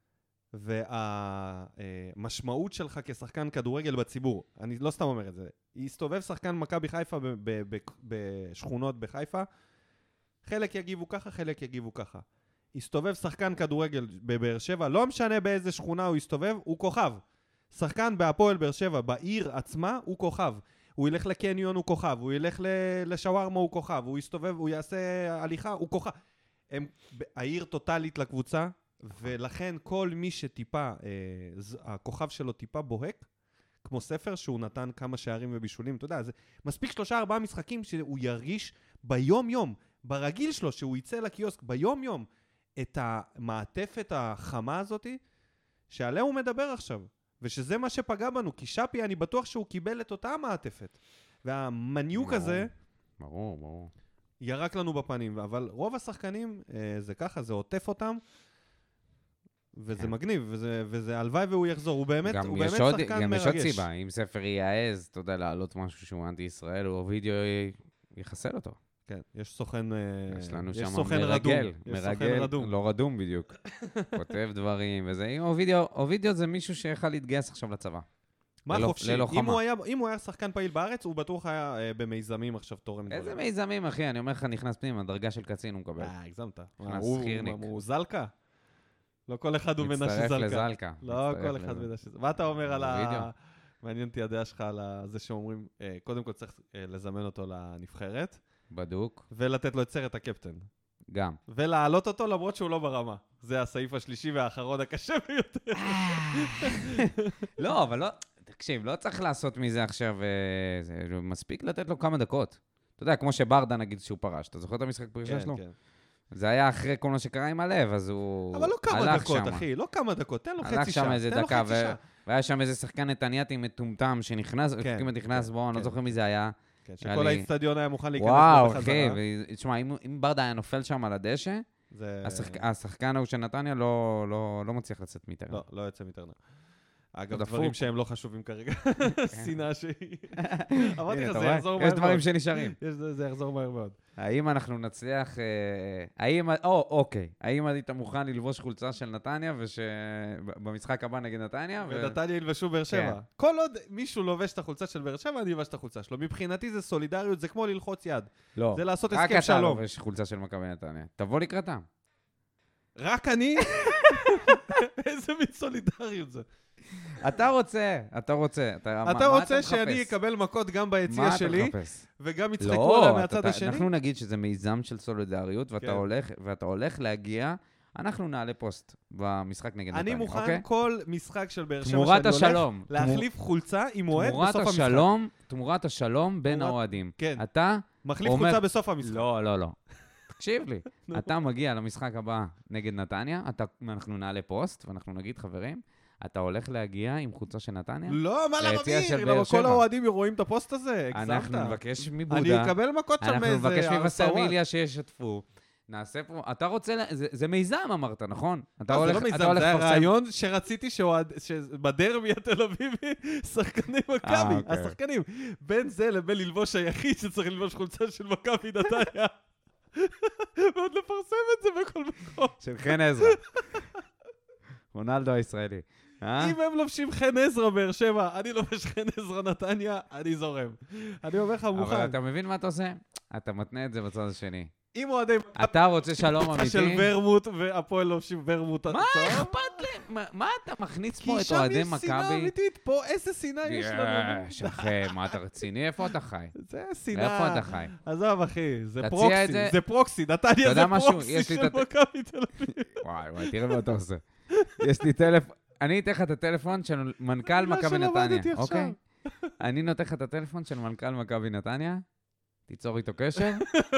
והמשמעות שלך כשחקן כדורגל בציבור. אני לא סתם אומר את זה. הסתובב שחקן מכבי חיפה ב- ב- ב- בשכונות בחיפה, חלק יגיבו ככה, חלק יגיבו ככה. הסתובב שחקן כדורגל בבאר שבע, לא משנה באיזה שכונה הוא הסתובב, הוא כוכב. שחקן בהפועל באר שבע, בעיר עצמה, הוא כוכב. הוא ילך לקניון, הוא כוכב. הוא ילך ל- לשווארמה, הוא כוכב. הוא יסתובב, הוא יעשה הליכה, הוא כוכב. הם, העיר טוטלית לקבוצה, ולכן כל מי שטיפה, אה, ז- הכוכב שלו טיפה בוהק, כמו ספר שהוא נתן כמה שערים ובישולים, אתה יודע, זה מספיק שלושה ארבעה משחקים שהוא ירגיש ביום יום, ברגיל שלו, שהוא יצא לקיוסק ביום יום, את המעטפת החמה הזאת, שעליה הוא מדבר עכשיו. ושזה מה שפגע בנו, כי שפי, אני בטוח שהוא קיבל את אותה המעטפת. והמניוק הזה... ברור, ברור. ירק לנו בפנים, אבל רוב השחקנים זה ככה, זה עוטף אותם, וזה כן. מגניב, וזה, וזה הלוואי והוא יחזור, הוא באמת, הוא באמת עוד, שחקן גם מרגש. גם יש עוד סיבה, אם ספר יעז, אתה יודע, לעלות משהו שהוא אנטי ישראל, או וידאו יחסל אותו. כן, יש סוכן, יש לנו יש שם סוכן מרגל, רדום. מרגל, סוכן רדום. לא רדום בדיוק. כותב דברים, וזה, אובידיו, אובידיו זה מישהו שיכל להתגייס עכשיו לצבא. מה חופשי? אם הוא, היה, אם הוא היה שחקן פעיל בארץ, הוא בטוח היה אה, במיזמים עכשיו תורם דברים. איזה מיזמים, אחי? אני אומר לך, נכנס פנימה, דרגה של קצין הוא מקבל. אה, הגזמת. נכנס חירניק. הוא זלקה? לא כל אחד הוא מנש זלקה. מצטרף לזלקה. לא כל אחד מנש זלקה. מה אתה אומר על ה... מעניין אותי הדעה שלך על זה שאומרים, קודם כל צריך לזמן אותו לנבחרת. בדוק. ולתת לו את סרט הקפטן. גם. ולהעלות אותו למרות שהוא לא ברמה. זה הסעיף השלישי והאחרון הקשה ביותר. לא, אבל לא... תקשיב, לא צריך לעשות מזה עכשיו, זה מספיק לתת לו כמה דקות. אתה יודע, כמו שברדה נגיד שהוא פרש, אתה זוכר את המשחק פרישה שלו? כן, כן. זה היה אחרי כל מה שקרה עם הלב, אז הוא אבל לא כמה דקות, אחי, לא כמה דקות, תן לו חצי שעה. הלך שם איזה דקה, והיה שם איזה שחקן נתניאתי מטומטם שנכנס, כמעט נכנס בו, אני לא זוכר מי זה היה. שכל האצטדיון היה מוכן להיכנס בו בחזרה. וואו, אחי, ותשמע, אם ברדה היה נופל שם על הדשא, השחקן ההוא של נתניה לא מצליח לצאת מיטרנר. לא, לא יוצא מיטרנר. אגב, דברים שהם לא חשובים כרגע. שנאה שהיא... אמרתי לך, זה יחזור מהר מאוד. יש דברים שנשארים. זה יחזור מהר מאוד. האם אנחנו נצליח... האם... או, אוקיי. האם היית מוכן ללבוש חולצה של נתניה, במשחק הבא נגד נתניה? ונתניה ילבשו באר שבע. כל עוד מישהו לובש את החולצה של באר שבע, אני אלבש את החולצה שלו. מבחינתי זה סולידריות, זה כמו ללחוץ יד. לא. זה לעשות הסכם שלום. רק אתה לובש חולצה של מכבי נתניה. תבוא לקראתם. רק אני? איזה מין סולידריות זה. אתה רוצה, אתה רוצה. אתה רוצה שאני אקבל מכות גם ביציאה שלי, וגם יצחקו עליהם מהצד השני? אנחנו נגיד שזה מיזם של סולידריות, ואתה הולך להגיע, אנחנו נעלה פוסט במשחק נגד נתניה. אני מוכן כל משחק של באר שבע תמורת שאני השלום. הולך להחליף חולצה עם אוהד בסוף המשחק. תמורת השלום בין האוהדים. כן. אתה מחליף חולצה בסוף המשחק. לא, לא, לא. תקשיב לי, אתה מגיע למשחק הבא נגד נתניה, אנחנו נעלה פוסט, ואנחנו נגיד, חברים, אתה הולך להגיע עם חולצה של נתניה? לא, מה למביר? למה כל האוהדים רואים את הפוסט הזה? אנחנו נבקש מבודה. אני אקבל מכות שם מאיזה... אנחנו נבקש מבשר מיליה שישתפו. נעשה פה... אתה רוצה... זה מיזם אמרת, נכון? זה לא מיזם, זה הרעיון שרציתי שבדרבי התל אביבי, שחקני מכבי, השחקנים. בין זה לבין ללבוש היחיד שצריך ללבוש חולצה של מכבי נתניה. ועוד לפרסם את זה בכל מקום. של חן עזרא. רונלדו הישראלי. אם הם לובשים חן עזרא באר שבע, אני לובש חן עזרא נתניה, אני זורם. אני אומר לך מוכן. אבל אתה מבין מה אתה עושה? אתה מתנה את זה בצד השני. אם אוהדי... אתה רוצה שלום אמיתי? של ורמוט והפועל לובשים ורמוט. מה אכפת להם? מה אתה מכניס פה את אוהדי מכבי? כי שם יש שנאה אמיתית. פה איזה שנאה יש לנו? יש אחי, מה אתה רציני? איפה אתה חי? זה שנאה. איפה אתה חי? עזוב אחי, זה פרוקסי. זה פרוקסי. נתניה זה פרוקסי של מכבי תל אביב. וואי וואי, תראה מה אתה עושה. יש לי טלפון, אני אתן לך את הטלפון של מנכ"ל מכבי נתניה, אוקיי? אני נותן לך את הטלפון של מנכ"ל מכבי נתניה, תיצור איתו קשר,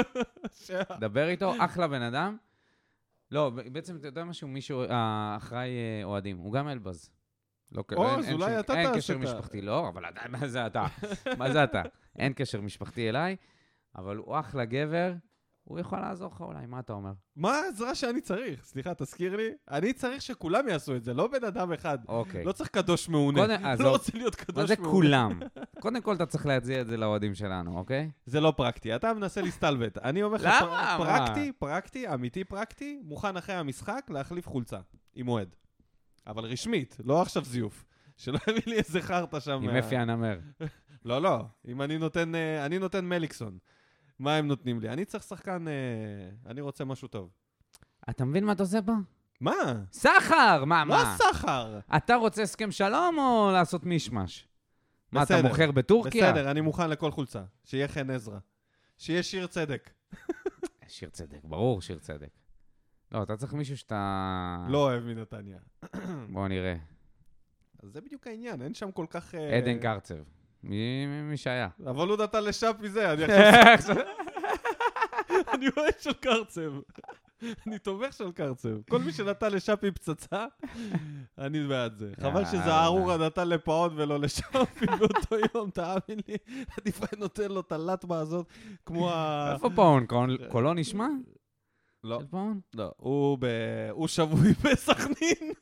דבר איתו, אחלה בן אדם. לא, בעצם אתה יודע משהו, מישהו אחראי אוהדים, הוא גם אלבז. או, אז אולי אתה תעשת. אין קשר משפחתי, לא, אבל מה זה אתה? מה זה אתה? אין קשר משפחתי אליי, אבל הוא אחלה גבר, הוא יכול לעזור לך אולי, מה אתה אומר? מה העזרה שאני צריך? סליחה, תזכיר לי. אני צריך שכולם יעשו את זה, לא בן אדם אחד. אוקיי. לא צריך קדוש מעונה. לא רוצה להיות קדוש מעונה. מה זה כולם? קודם כל אתה צריך להציע את זה לאוהדים שלנו, אוקיי? זה לא פרקטי. אתה מנסה להסתלבט. אני אומר לך, למה? פרקטי, פרקטי, אמיתי פרקטי, מוכן אחרי המשחק להחליף חולצה עם אוהד. אבל רשמית, לא עכשיו זיוף. שלא יביא לי איזה חרטה שם. עם אפי הנמר. לא, לא. אם אני נותן, אני נותן מליקסון. מה הם נותנים לי? אני צריך שחקן, אני רוצה משהו טוב. אתה מבין מה אתה עושה פה? מה? סחר! מה, מה? לא סחר! אתה רוצה הסכם שלום או לעשות מישמש? מה, אתה מוכר בטורקיה? בסדר, אני מוכן לכל חולצה. שיהיה חן עזרא. שיהיה שיר צדק. שיר צדק, ברור שיר צדק. לא, אתה צריך מישהו שאתה... לא אוהב מנתניה. בוא נראה. אז זה בדיוק העניין, אין שם כל כך... עדן קרצב. מי שהיה. אבל הוא נתן לשאפ מזה, אני עכשיו... אני אוהד של קרצב. אני תומך של קרצב. כל מי שנתן לשאפי פצצה, אני בעד זה. חבל שזערורה נתן לפעון ולא לשאפי באותו יום, תאמין לי. עדיף היה נותן לו את הלטמה הזאת, כמו ה... איפה פאון? קולו נשמע? לא. של פאון? לא, הוא שבוי בסכנין.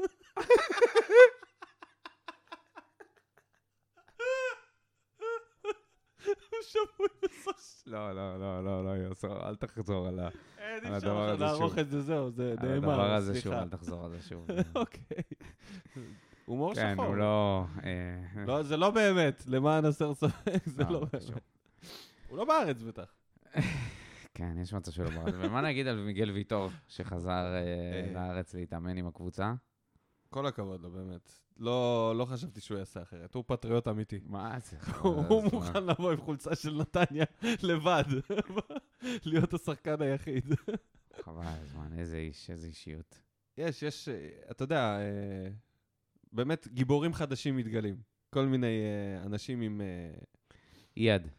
הוא שבוי בסכנין. לא, לא, לא, לא, לא, אל תחזור על הדבר הזה שוב. אין, אי אפשר לערוך את זה, זהו, זה נאמר, סליחה. הדבר הזה שוב, אל תחזור על זה שוב. אוקיי. הומור שחור. כן, הוא לא... לא, זה לא באמת, למען הסר ספק, זה לא באמת. הוא לא בארץ בטח. כן, יש מצב שלא בארץ. ומה נגיד על מיגל ויטור, שחזר לארץ להתאמן עם הקבוצה? כל הכבוד לו, באמת. לא חשבתי שהוא יעשה אחרת. הוא פטריוט אמיתי. מה זה? הוא מוכן לבוא עם חולצה של נתניה לבד. להיות השחקן היחיד. חבל, זמן, איזה איש, איזה אישיות. יש, יש, אתה יודע, באמת גיבורים חדשים מתגלים. כל מיני אנשים עם... אייד.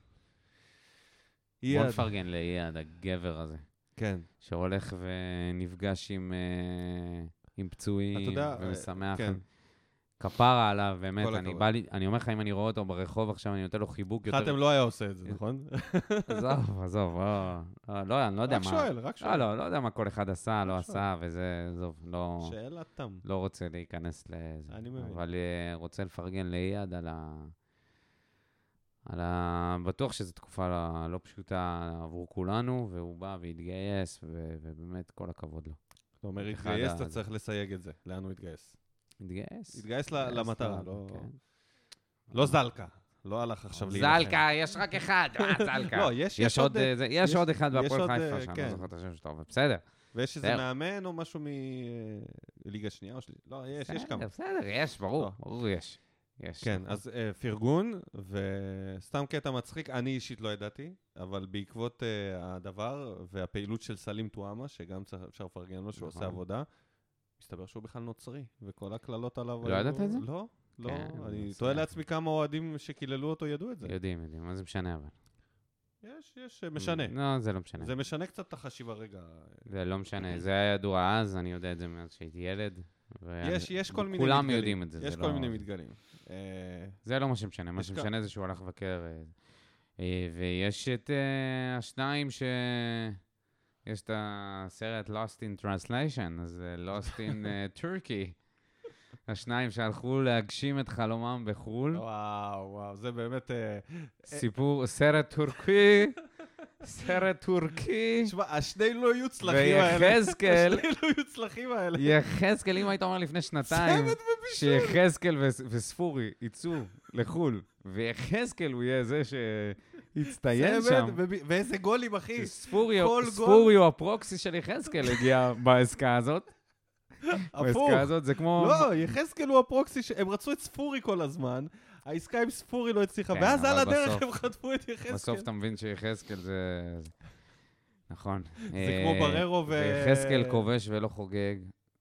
אייד. בוא נפרגן לאייד, הגבר הזה. כן. שהולך ונפגש עם... עם פצועים, ומשמח. כן. כפרה עליו, באמת, אני בא לי, אני אומר לך, אם אני רואה אותו ברחוב עכשיו, אני נותן לו חיבוק יותר... חתם לא היה עושה את זה, נכון? עזוב, עזוב, לא, אני לא יודע מה... רק שואל, רק שואל. לא, לא יודע מה כל אחד עשה, לא עשה, וזה, עזוב, לא... שאלה תם. לא רוצה להיכנס לזה. אני מבין. אבל רוצה לפרגן ליד על ה... על ה... בטוח שזו תקופה לא פשוטה עבור כולנו, והוא בא והתגייס, ובאמת כל הכבוד לו. זאת אומרת, התגייס, אתה צריך לסייג את זה. לאן הוא התגייס? התגייס. התגייס למטרה, לא זלקה. לא הלך עכשיו להילחם. זלקה, יש רק אחד, מה זלקה? לא, יש עוד... יש עוד אחד בהפועל חיפה, שאני לא זוכר את השם שלו, בסדר. ויש איזה מאמן או משהו מליגה שנייה או שלי? לא, יש, יש כמה. בסדר, יש, ברור, ברור יש. כן, אז פרגון, וסתם קטע מצחיק, אני אישית לא ידעתי, אבל בעקבות הדבר והפעילות של סלים טועמה, שגם אפשר לפרגן לו שהוא עושה עבודה, מסתבר שהוא בכלל נוצרי, וכל הכללות עליו... לא ידעת את זה? לא, לא. אני תוהה לעצמי כמה אוהדים שקיללו אותו ידעו את זה. יודעים, יודעים, מה זה משנה אבל? יש, יש, משנה. לא, זה לא משנה. זה משנה קצת את החשיבה רגע. זה לא משנה, זה היה ידוע אז, אני יודע את זה מאז שהייתי ילד. יש, יש כל מיני מתגלים. כולם יודעים את זה. יש כל מיני מתגלים. זה לא מה שמשנה, מה שמשנה זה שהוא הלך לבקר. ויש את השניים ש... יש את הסרט Lost in Translation, אז Lost in Turkey. השניים שהלכו להגשים את חלומם בחול. וואו, וואו, זה באמת... סיפור, סרט טורקי, סרט טורקי. תשמע, השני לא יהיו צלחים האלה. ויחזקאל, השני לא יהיו צלחים האלה. יחזקאל, אם היית אומר לפני שנתיים, שיחזקאל וספורי יצאו לחול, ויחזקאל הוא יהיה זה שיצטיין שם. ואיזה גולים, אחי. ספורי הוא הפרוקסי של יחזקאל הגיע בעסקה הזאת. הפוך. הזאת זה כמו... לא, יחזקאל הוא הפרוקסי, הם רצו את ספורי כל הזמן, העסקה עם ספורי לא הצליחה, ואז על הדרך הם חטפו את יחזקאל. בסוף אתה מבין שיחזקאל זה... נכון. זה כמו בררו ו... ויחזקאל כובש ולא חוגג,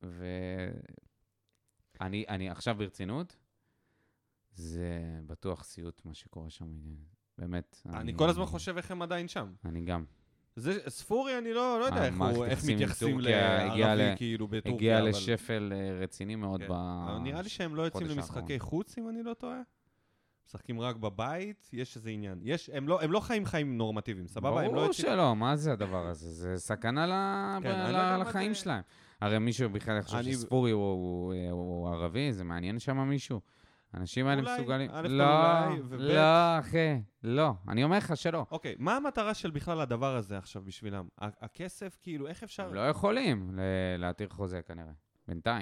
ואני עכשיו ברצינות, זה בטוח סיוט מה שקורה שם. באמת. אני כל הזמן חושב איך הם עדיין שם. אני גם. זה, ספורי, אני לא, לא יודע איך, הוא, איך מתייחסים לערבי כאילו בטורקיה. הגיע אבל... לשפל רציני מאוד. כן. ב... אבל נראה לי שהם לא יוצאים למשחקי האחרון. חוץ, אם אני לא טועה. משחקים רק בבית, יש איזה עניין. יש, הם, לא, הם לא חיים חיים נורמטיביים, סבבה? הם לא ברור יוצאים... שלא, מה זה הדבר הזה? זה סכנה ל... כן, ל... לחיים זה... שלהם. הרי מישהו בכלל חושב אני... שספורי הוא, הוא, הוא, הוא ערבי, זה מעניין שם מישהו. אנשים האלה מסוגלים... א' לא, אולי, וב' לא, אחי, לא. אני אומר לך שלא. אוקיי, מה המטרה של בכלל הדבר הזה עכשיו בשבילם? הכסף, כאילו, איך אפשר... הם לא יכולים להתיר חוזה כנראה, בינתיים.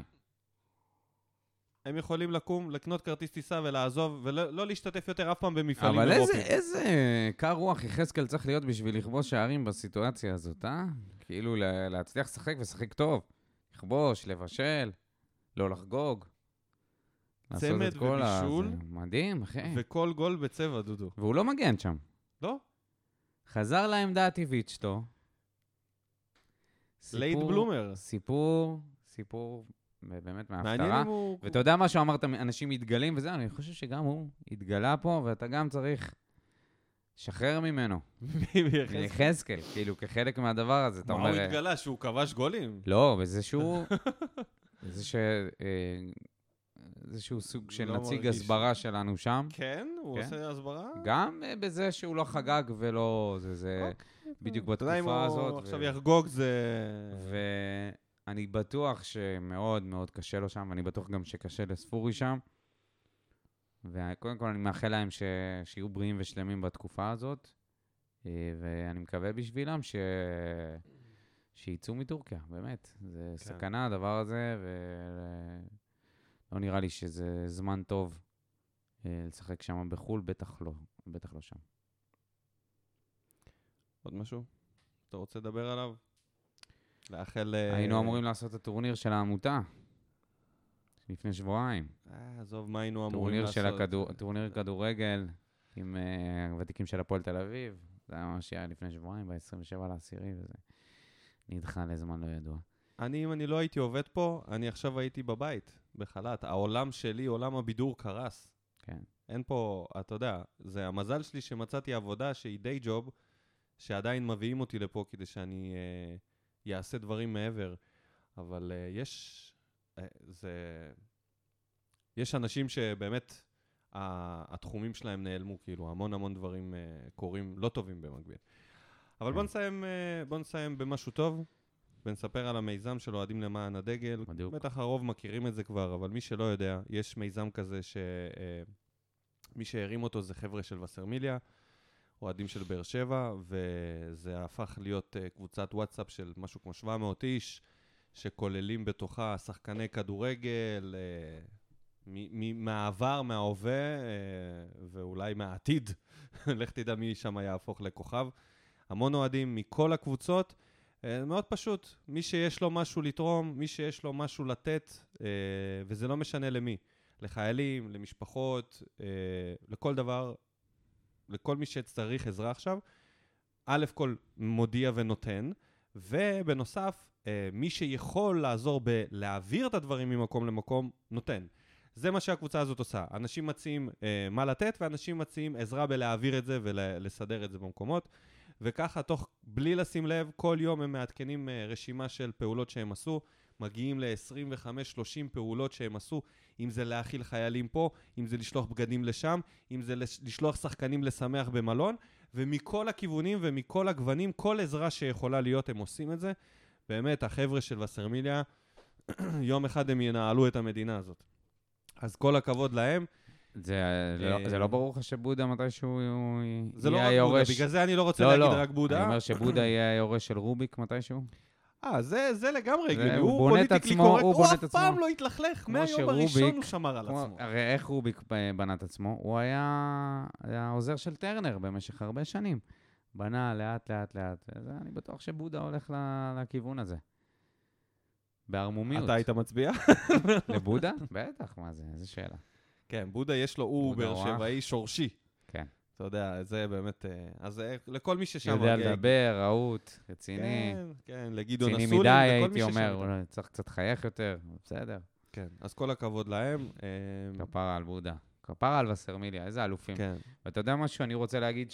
הם יכולים לקום, לקנות כרטיס טיסה ולעזוב, ולא לא להשתתף יותר אף פעם במפעלים אירופיים. אבל איזה, איזה קר רוח יחזקאל צריך להיות בשביל לכבוש שערים בסיטואציה הזאת, אה? כאילו להצליח לשחק ושחק טוב. לכבוש, לבשל, לא לחגוג. צמד ובישול. מדהים, אחי. וכל גול בצבע, דודו. והוא לא מגן שם. לא? חזר לעמדה הטבעית שלו. לייט בלומר. סיפור, סיפור באמת מההפתרה. ואתה יודע מה שאמרת, אנשים מתגלים וזה, אני חושב שגם הוא התגלה פה, ואתה גם צריך שחרר ממנו. מיחזקאל. מיחזקאל, כאילו, כחלק מהדבר הזה, אתה מה אומר... הוא התגלה? שהוא כבש גולים? לא, וזה שהוא... זה ש... איזשהו סוג של לא נציג מרגיש. הסברה שלנו שם. כן? הוא כן. עושה הסברה? גם אה, בזה שהוא לא חגג ולא... זה, זה בדיוק אתה יודע, אם בתקופה הזאת. הוא עכשיו ו- יחגוג זה... ואני בטוח שמאוד מאוד קשה לו שם, ואני בטוח גם שקשה לספורי שם. וקודם כל אני מאחל להם ש... שיהיו בריאים ושלמים בתקופה הזאת, אה, ואני מקווה בשבילם ש... שיצאו מטורקיה, באמת. זה כן. סכנה הדבר הזה, ולא נראה לי שזה זמן טוב אה, לשחק שם בחול, בטח לא, בטח לא שם. עוד משהו? אתה רוצה לדבר עליו? לאחל... אה, היינו אמורים לעשות את הטורניר של העמותה, לפני שבועיים. אה, עזוב, מה היינו אמורים טורניר לעשות? של הכדור, טורניר כדורגל עם uh, הוותיקים של הפועל תל אביב. זה היה ממש היה לפני שבועיים, ב-עשרים ושבעה לעשירי, וזה נדחה לזמן לא ידוע. אני, אם אני לא הייתי עובד פה, אני עכשיו הייתי בבית, בחל"ת. העולם שלי, עולם הבידור קרס. כן. אין פה, אתה יודע, זה המזל שלי שמצאתי עבודה שהיא די ג'וב, שעדיין מביאים אותי לפה כדי שאני אה, אעשה דברים מעבר. אבל אה, יש, אה, זה, יש אנשים שבאמת ה, התחומים שלהם נעלמו, כאילו, המון המון דברים אה, קורים לא טובים במקביל. אבל בוא נסיים, אה, בוא נסיים במשהו טוב, ונספר על המיזם של אוהדים למען הדגל. בדיוק. בטח הרוב מכירים את זה כבר, אבל מי שלא יודע, יש מיזם כזה ש... אה, מי שהרים אותו זה חבר'ה של וסרמיליה, אוהדים של באר שבע, וזה הפך להיות uh, קבוצת וואטסאפ של משהו כמו שבע מאות איש, שכוללים בתוכה שחקני כדורגל, uh, מ- מ- מהעבר, מההווה, uh, ואולי מהעתיד. לך תדע מי שם יהפוך לכוכב. המון אוהדים מכל הקבוצות, uh, מאוד פשוט. מי שיש לו משהו לתרום, מי שיש לו משהו לתת, uh, וזה לא משנה למי. לחיילים, למשפחות, אה, לכל דבר, לכל מי שצריך עזרה עכשיו, א' כל מודיע ונותן, ובנוסף, אה, מי שיכול לעזור בלהעביר את הדברים ממקום למקום, נותן. זה מה שהקבוצה הזאת עושה. אנשים מציעים אה, מה לתת, ואנשים מציעים עזרה בלהעביר את זה ולסדר את זה במקומות, וככה, תוך בלי לשים לב, כל יום הם מעדכנים אה, רשימה של פעולות שהם עשו, מגיעים ל-עשרים וחמש שלושים פעולות שהם עשו, אם זה להאכיל חיילים פה, אם זה לשלוח בגדים לשם, אם זה לשלוח שחקנים לשמח במלון, ומכל הכיוונים ומכל הגוונים, כל עזרה שיכולה להיות, הם עושים את זה. באמת, החבר'ה של וסרמיליה, יום אחד הם ינהלו את המדינה הזאת. אז כל הכבוד להם. זה, לא, זה לא ברור לך שבודה מתישהו זה לא יהיה רק היורש... בודה, בגלל זה אני לא רוצה לא, להגיד לא. רק בודה. אני אומר שבודה יהיה היורש של רוביק מתישהו. אה, זה, זה לגמרי, זה, הוא, הוא פוליטיקלי קורקט, הוא, הוא אף עצמו. פעם לא התלכלך, מהיום הראשון הוא שמר על כמו, עצמו. הרי איך רוביק בנה את עצמו? הוא היה, היה עוזר של טרנר במשך הרבה שנים. בנה לאט לאט לאט. אז אני בטוח שבודה הולך לכיוון הזה. בהרמומיות. אתה היית מצביע? לבודה? בטח, מה זה? איזה שאלה. כן, בודה יש לו, הוא באר שבעי שורשי. כן. אתה יודע, זה באמת, אז לכל מי ששם... יודע לדבר, רהוט, רציני. כן, כן, לגדעון אסולין, רציני מדי הייתי אומר, צריך קצת חייך יותר, בסדר. כן, אז כל הכבוד להם. כפרה על בודה. כפרה על וסרמיליה, איזה אלופים. כן. ואתה יודע משהו, אני רוצה להגיד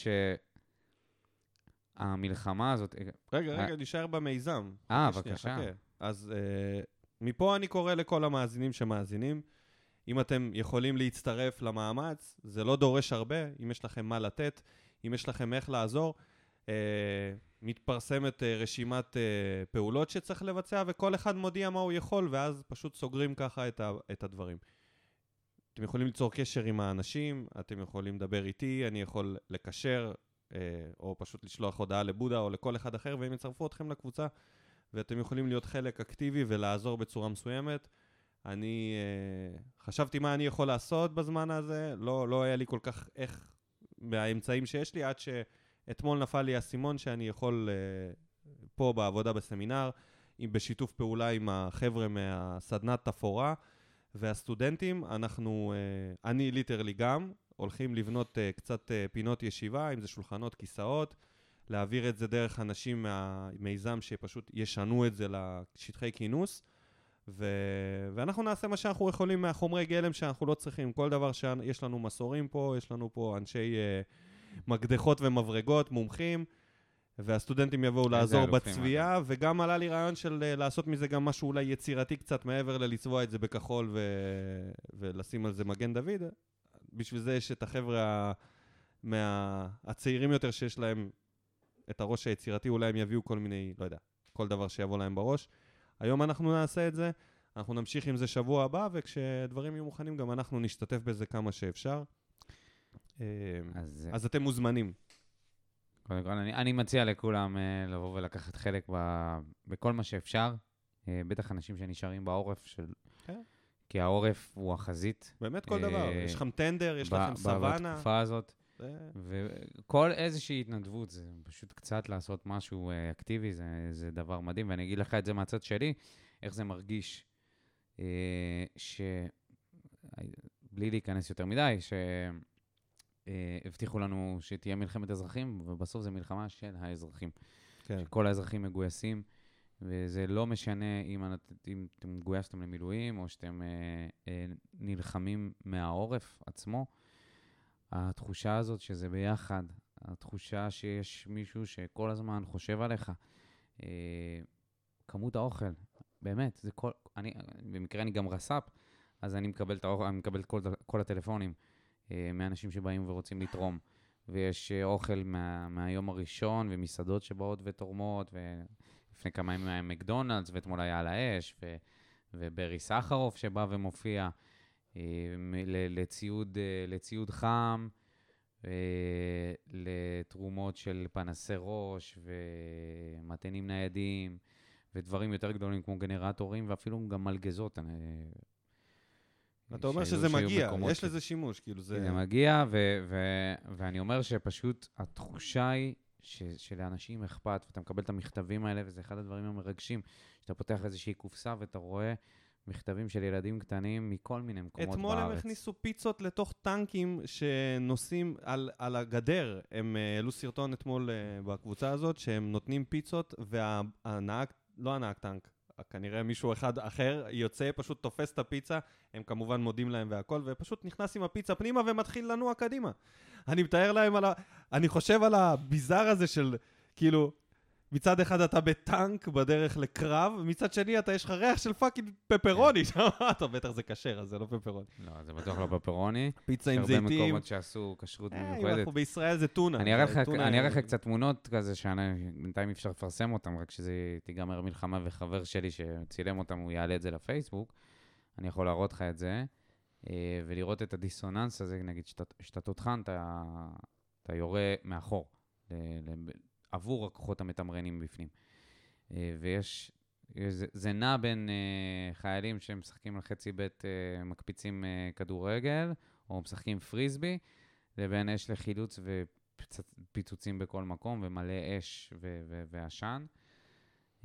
שהמלחמה הזאת... רגע, רגע, נשאר במיזם. אה, בבקשה. אז מפה אני קורא לכל המאזינים שמאזינים, אם אתם יכולים להצטרף למאמץ, זה לא דורש הרבה, אם יש לכם מה לתת, אם יש לכם איך לעזור, אה, מתפרסמת אה, רשימת אה, פעולות שצריך לבצע, וכל אחד מודיע מה הוא יכול, ואז פשוט סוגרים ככה את, ה, את הדברים. אתם יכולים ליצור קשר עם האנשים, אתם יכולים לדבר איתי, אני יכול לקשר, אה, או פשוט לשלוח הודעה לבודה או לכל אחד אחר, והם יצרפו אתכם לקבוצה, ואתם יכולים להיות חלק אקטיבי ולעזור בצורה מסוימת. אני uh, חשבתי מה אני יכול לעשות בזמן הזה, לא, לא היה לי כל כך איך מהאמצעים שיש לי, עד שאתמול נפל לי הסימון שאני יכול uh, פה בעבודה בסמינר, עם, בשיתוף פעולה עם החבר'ה מהסדנת תפורה והסטודנטים, אנחנו, uh, אני ליטרלי גם, הולכים לבנות uh, קצת uh, פינות ישיבה, אם זה שולחנות, כיסאות, להעביר את זה דרך אנשים מהמיזם שפשוט ישנו את זה לשטחי כינוס, ו... ואנחנו נעשה מה שאנחנו יכולים מהחומרי גלם שאנחנו לא צריכים. כל דבר שיש לנו מסורים פה, יש לנו פה אנשי uh, מקדחות ומברגות, מומחים, והסטודנטים יבואו לעזור בצביעה, וגם עלה לי רעיון של לעשות מזה גם משהו אולי יצירתי קצת מעבר ללצבוע את זה בכחול ו... ולשים על זה מגן דוד. בשביל זה יש את החבר'ה מה... הצעירים יותר שיש להם את הראש היצירתי, אולי הם יביאו כל מיני, לא יודע, כל דבר שיבוא להם בראש. היום אנחנו נעשה את זה, אנחנו נמשיך עם זה שבוע הבא, וכשדברים יהיו מוכנים גם אנחנו נשתתף בזה כמה שאפשר. אז, אז אתם מוזמנים. קודם כל, אני, אני מציע לכולם uh, לבוא ולקחת חלק ב, בכל מה שאפשר, uh, בטח אנשים שנשארים בעורף, של... okay. כי העורף הוא החזית. באמת כל uh, דבר, יש לכם טנדר, יש ב, לכם סוואנה. בתקופה הזאת, זה... וכל איזושהי התנדבות, זה פשוט קצת לעשות משהו uh, אקטיבי, זה, זה דבר מדהים, ואני אגיד לך את זה מהצד שלי, איך זה מרגיש, uh, ש... בלי להיכנס יותר מדי, ש... הבטיחו לנו שתהיה מלחמת אזרחים, ובסוף זה מלחמה של האזרחים. כן. שכל האזרחים מגויסים, וזה לא משנה אם, אם אתם מגויסתם למילואים, או שאתם אה, אה, נלחמים מהעורף עצמו. התחושה הזאת שזה ביחד, התחושה שיש מישהו שכל הזמן חושב עליך, אה, כמות האוכל, באמת, זה כל, אני, במקרה אני גם רס"פ, אז אני מקבל את האוכל, אני מקבל את כל, כל הטלפונים, מאנשים שבאים ורוצים לתרום, ויש אוכל מה, מהיום הראשון, ומסעדות שבאות ותורמות, ולפני כמה ימים היה מקדונלדס, ואתמול היה על האש, ו, וברי סחרוף שבא ומופיע, לציוד, לציוד חם, לתרומות של פנסי ראש, ומתנים ניידים, ודברים יותר גדולים כמו גנרטורים, ואפילו גם מלגזות, אני... אתה אומר שזה מגיע, יש לזה שימוש, כאילו זה... זה מגיע, ואני אומר שפשוט התחושה היא שלאנשים אכפת, ואתה מקבל את המכתבים האלה, וזה אחד הדברים המרגשים, שאתה פותח איזושהי קופסה, ואתה רואה מכתבים של ילדים קטנים מכל מיני מקומות בארץ. אתמול הם הכניסו פיצות לתוך טנקים שנוסעים על הגדר. הם העלו סרטון אתמול בקבוצה הזאת, שהם נותנים פיצות, והנהג, לא הנהג טנק, כנראה מישהו אחד אחר יוצא, פשוט תופס את הפיצה, הם כמובן מודים להם והכל, ופשוט נכנס עם הפיצה פנימה ומתחיל לנוע קדימה. אני מתאר להם על ה... אני חושב על הביזר הזה של, כאילו, מצד אחד אתה בטנק בדרך לקרב, מצד שני אתה יש לך ריח של פאקינג פפרוני. טוב, בטח זה כשר, אז זה לא פפרוני. לא, זה בטוח לא פפרוני. פיצה עם זיתים. יש הרבה מקומות שעשו כשרות מיוחדת. אנחנו בישראל זה טונה. אני אראה לך קצת תמונות כזה, שבינתיים אפשר לפרסם אותם, רק שזה תיגמר מלחמה, וחבר שלי שצילם אותם, הוא יעלה את זה לפייסבוק. אני יכול להראות לך את זה, ולראות את הדיסוננס הזה, נגיד, שאתה תותחן, אתה יורה מאחור. עבור הכוחות המתמרנים בפנים. ויש, זה, זה נע בין uh, חיילים שמשחקים על חצי בית, uh, מקפיצים uh, כדורגל, או משחקים פריסבי, לבין אש לחילוץ ופיצוצים בכל מקום, ומלא אש ו- ו- ועשן. Uh,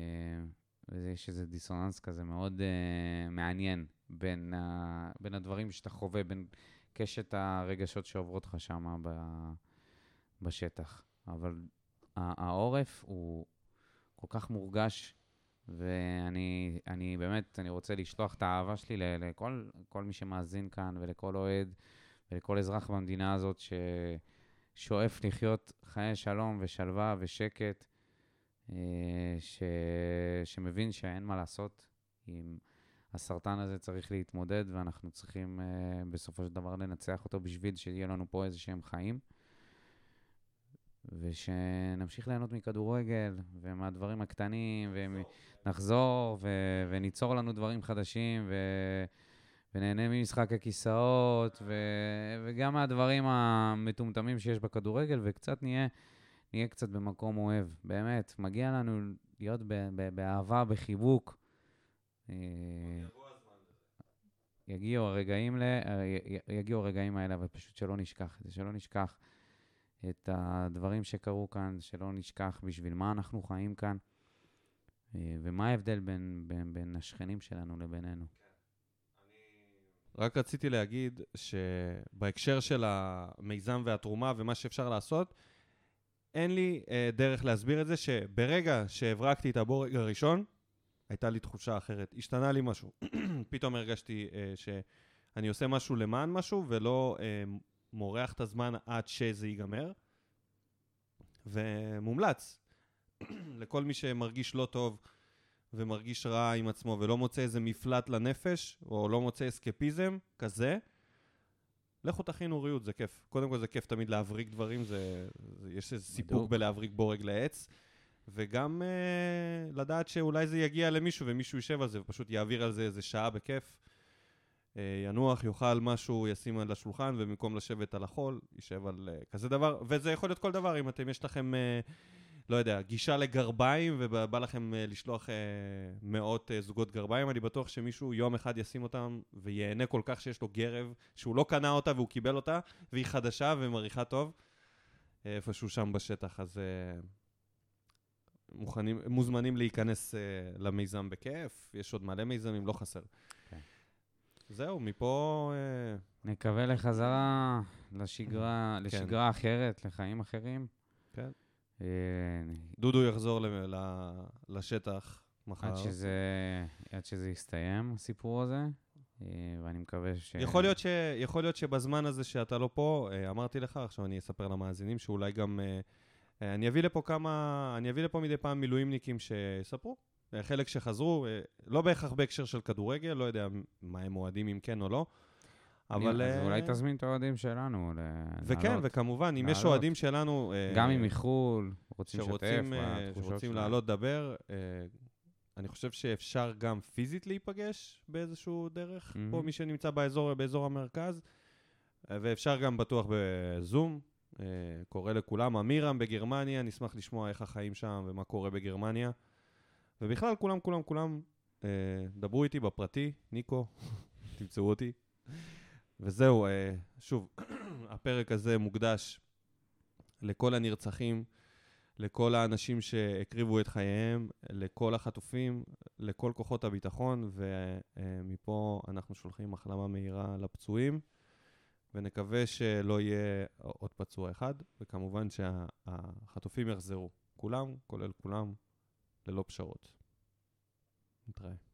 ויש איזה דיסוננס כזה מאוד uh, מעניין בין, uh, בין הדברים שאתה חווה, בין קשת הרגשות שעוברות לך שם ב- בשטח. אבל העורף הוא כל כך מורגש, ואני אני באמת, אני רוצה לשלוח את האהבה שלי לכל כל מי שמאזין כאן, ולכל אוהד, ולכל אזרח במדינה הזאת, ששואף לחיות חיי שלום ושלווה ושקט, ש, שמבין שאין מה לעשות, עם הסרטן הזה צריך להתמודד, ואנחנו צריכים בסופו של דבר לנצח אותו, בשביל שיהיה לנו פה איזה שהם חיים. ושנמשיך ליהנות מכדורגל ומהדברים הקטנים, ונחזור ו- וניצור לנו דברים חדשים, ו- ונהנה ממשחק הכיסאות, ו- וגם מהדברים המטומטמים שיש בכדורגל, וקצת נהיה, נהיה קצת במקום אוהב. באמת, מגיע לנו להיות ב- ב- באהבה, בחיבוק. יגיעו הרגעים, ל- יגיעו הרגעים האלה, אבל פשוט שלא נשכח את זה, שלא נשכח את הדברים שקרו כאן, שלא נשכח בשביל מה אנחנו חיים כאן, ומה ההבדל בין, בין, בין השכנים שלנו לבינינו. רק רציתי להגיד שבהקשר של המיזם והתרומה ומה שאפשר לעשות, אין לי אה, דרך להסביר את זה, שברגע שהברקתי את הבורג הראשון, הייתה לי תחושה אחרת. השתנה לי משהו. פתאום הרגשתי אה, שאני עושה משהו למען משהו, ולא... אה, מורח את הזמן עד שזה ייגמר, ומומלץ לכל מי שמרגיש לא טוב ומרגיש רע עם עצמו ולא מוצא איזה מפלט לנפש, או לא מוצא אסקפיזם כזה, לכו תכינו ריהוט, זה כיף. קודם כל זה כיף תמיד להבריק דברים, זה, זה, יש איזה סיפוק בלהבריק בורג לעץ, וגם uh, לדעת שאולי זה יגיע למישהו ומישהו יישב על זה ופשוט יעביר על זה איזה שעה בכיף, uh, ינוח, יאכל משהו, ישים על השולחן, ובמקום לשבת על החול, יישב על uh, כזה דבר, וזה יכול להיות כל דבר, אם אתם, יש לכם, uh, לא יודע, גישה לגרביים, ובא לכם uh, לשלוח uh, מאות uh, זוגות גרביים, אני בטוח שמישהו יום אחד ישים אותם, ויהנה כל כך שיש לו גרב, שהוא לא קנה אותה והוא קיבל אותה, והיא חדשה ומריחה טוב, uh, איפשהו שם בשטח, אז... Uh, מוכנים, מוזמנים להיכנס uh, למיזם בכיף, יש עוד מלא מיזמים, לא חסר. Okay. זהו, מפה... Uh... נקווה לחזרה לשגרה, okay. לשגרה אחרת, לחיים אחרים. כן. Okay. Uh, דודו יחזור ל- ל- לשטח מחר. עד שזה, עד שזה יסתיים, הסיפור הזה, uh, ואני מקווה ש... יכול להיות, ש... יכול להיות שבזמן הזה שאתה לא פה, uh, אמרתי לך, עכשיו אני אספר למאזינים, שאולי גם... Uh, אני אביא לפה כמה, אני אביא לפה מדי פעם מילואימניקים שיספרו, חלק שחזרו, לא בהכרח בהקשר של כדורגל, לא יודע מה הם אוהדים אם כן או לא, אבל... אז אולי תזמין את האוהדים שלנו וכן, וכמובן, אם יש אוהדים שלנו... גם אם מחול, רוצים לשתף, שרוצים לעלות לדבר, אני חושב שאפשר גם פיזית להיפגש באיזשהו דרך, פה מי שנמצא באזור, באזור המרכז, ואפשר גם בטוח בזום, Uh, קורא לכולם, אמירם בגרמניה, נשמח לשמוע איך החיים שם ומה קורה בגרמניה. ובכלל, כולם, כולם, כולם, uh, דברו איתי בפרטי, ניקו, תמצאו אותי. וזהו, uh, שוב, הפרק הזה מוקדש לכל הנרצחים, לכל האנשים שהקריבו את חייהם, לכל החטופים, לכל כוחות הביטחון, ומפה אנחנו שולחים החלמה מהירה לפצועים. ונקווה שלא יהיה עוד פצוע אחד, וכמובן שהחטופים יחזרו. כולם, כולל כולם, ללא פשרות. נתראה.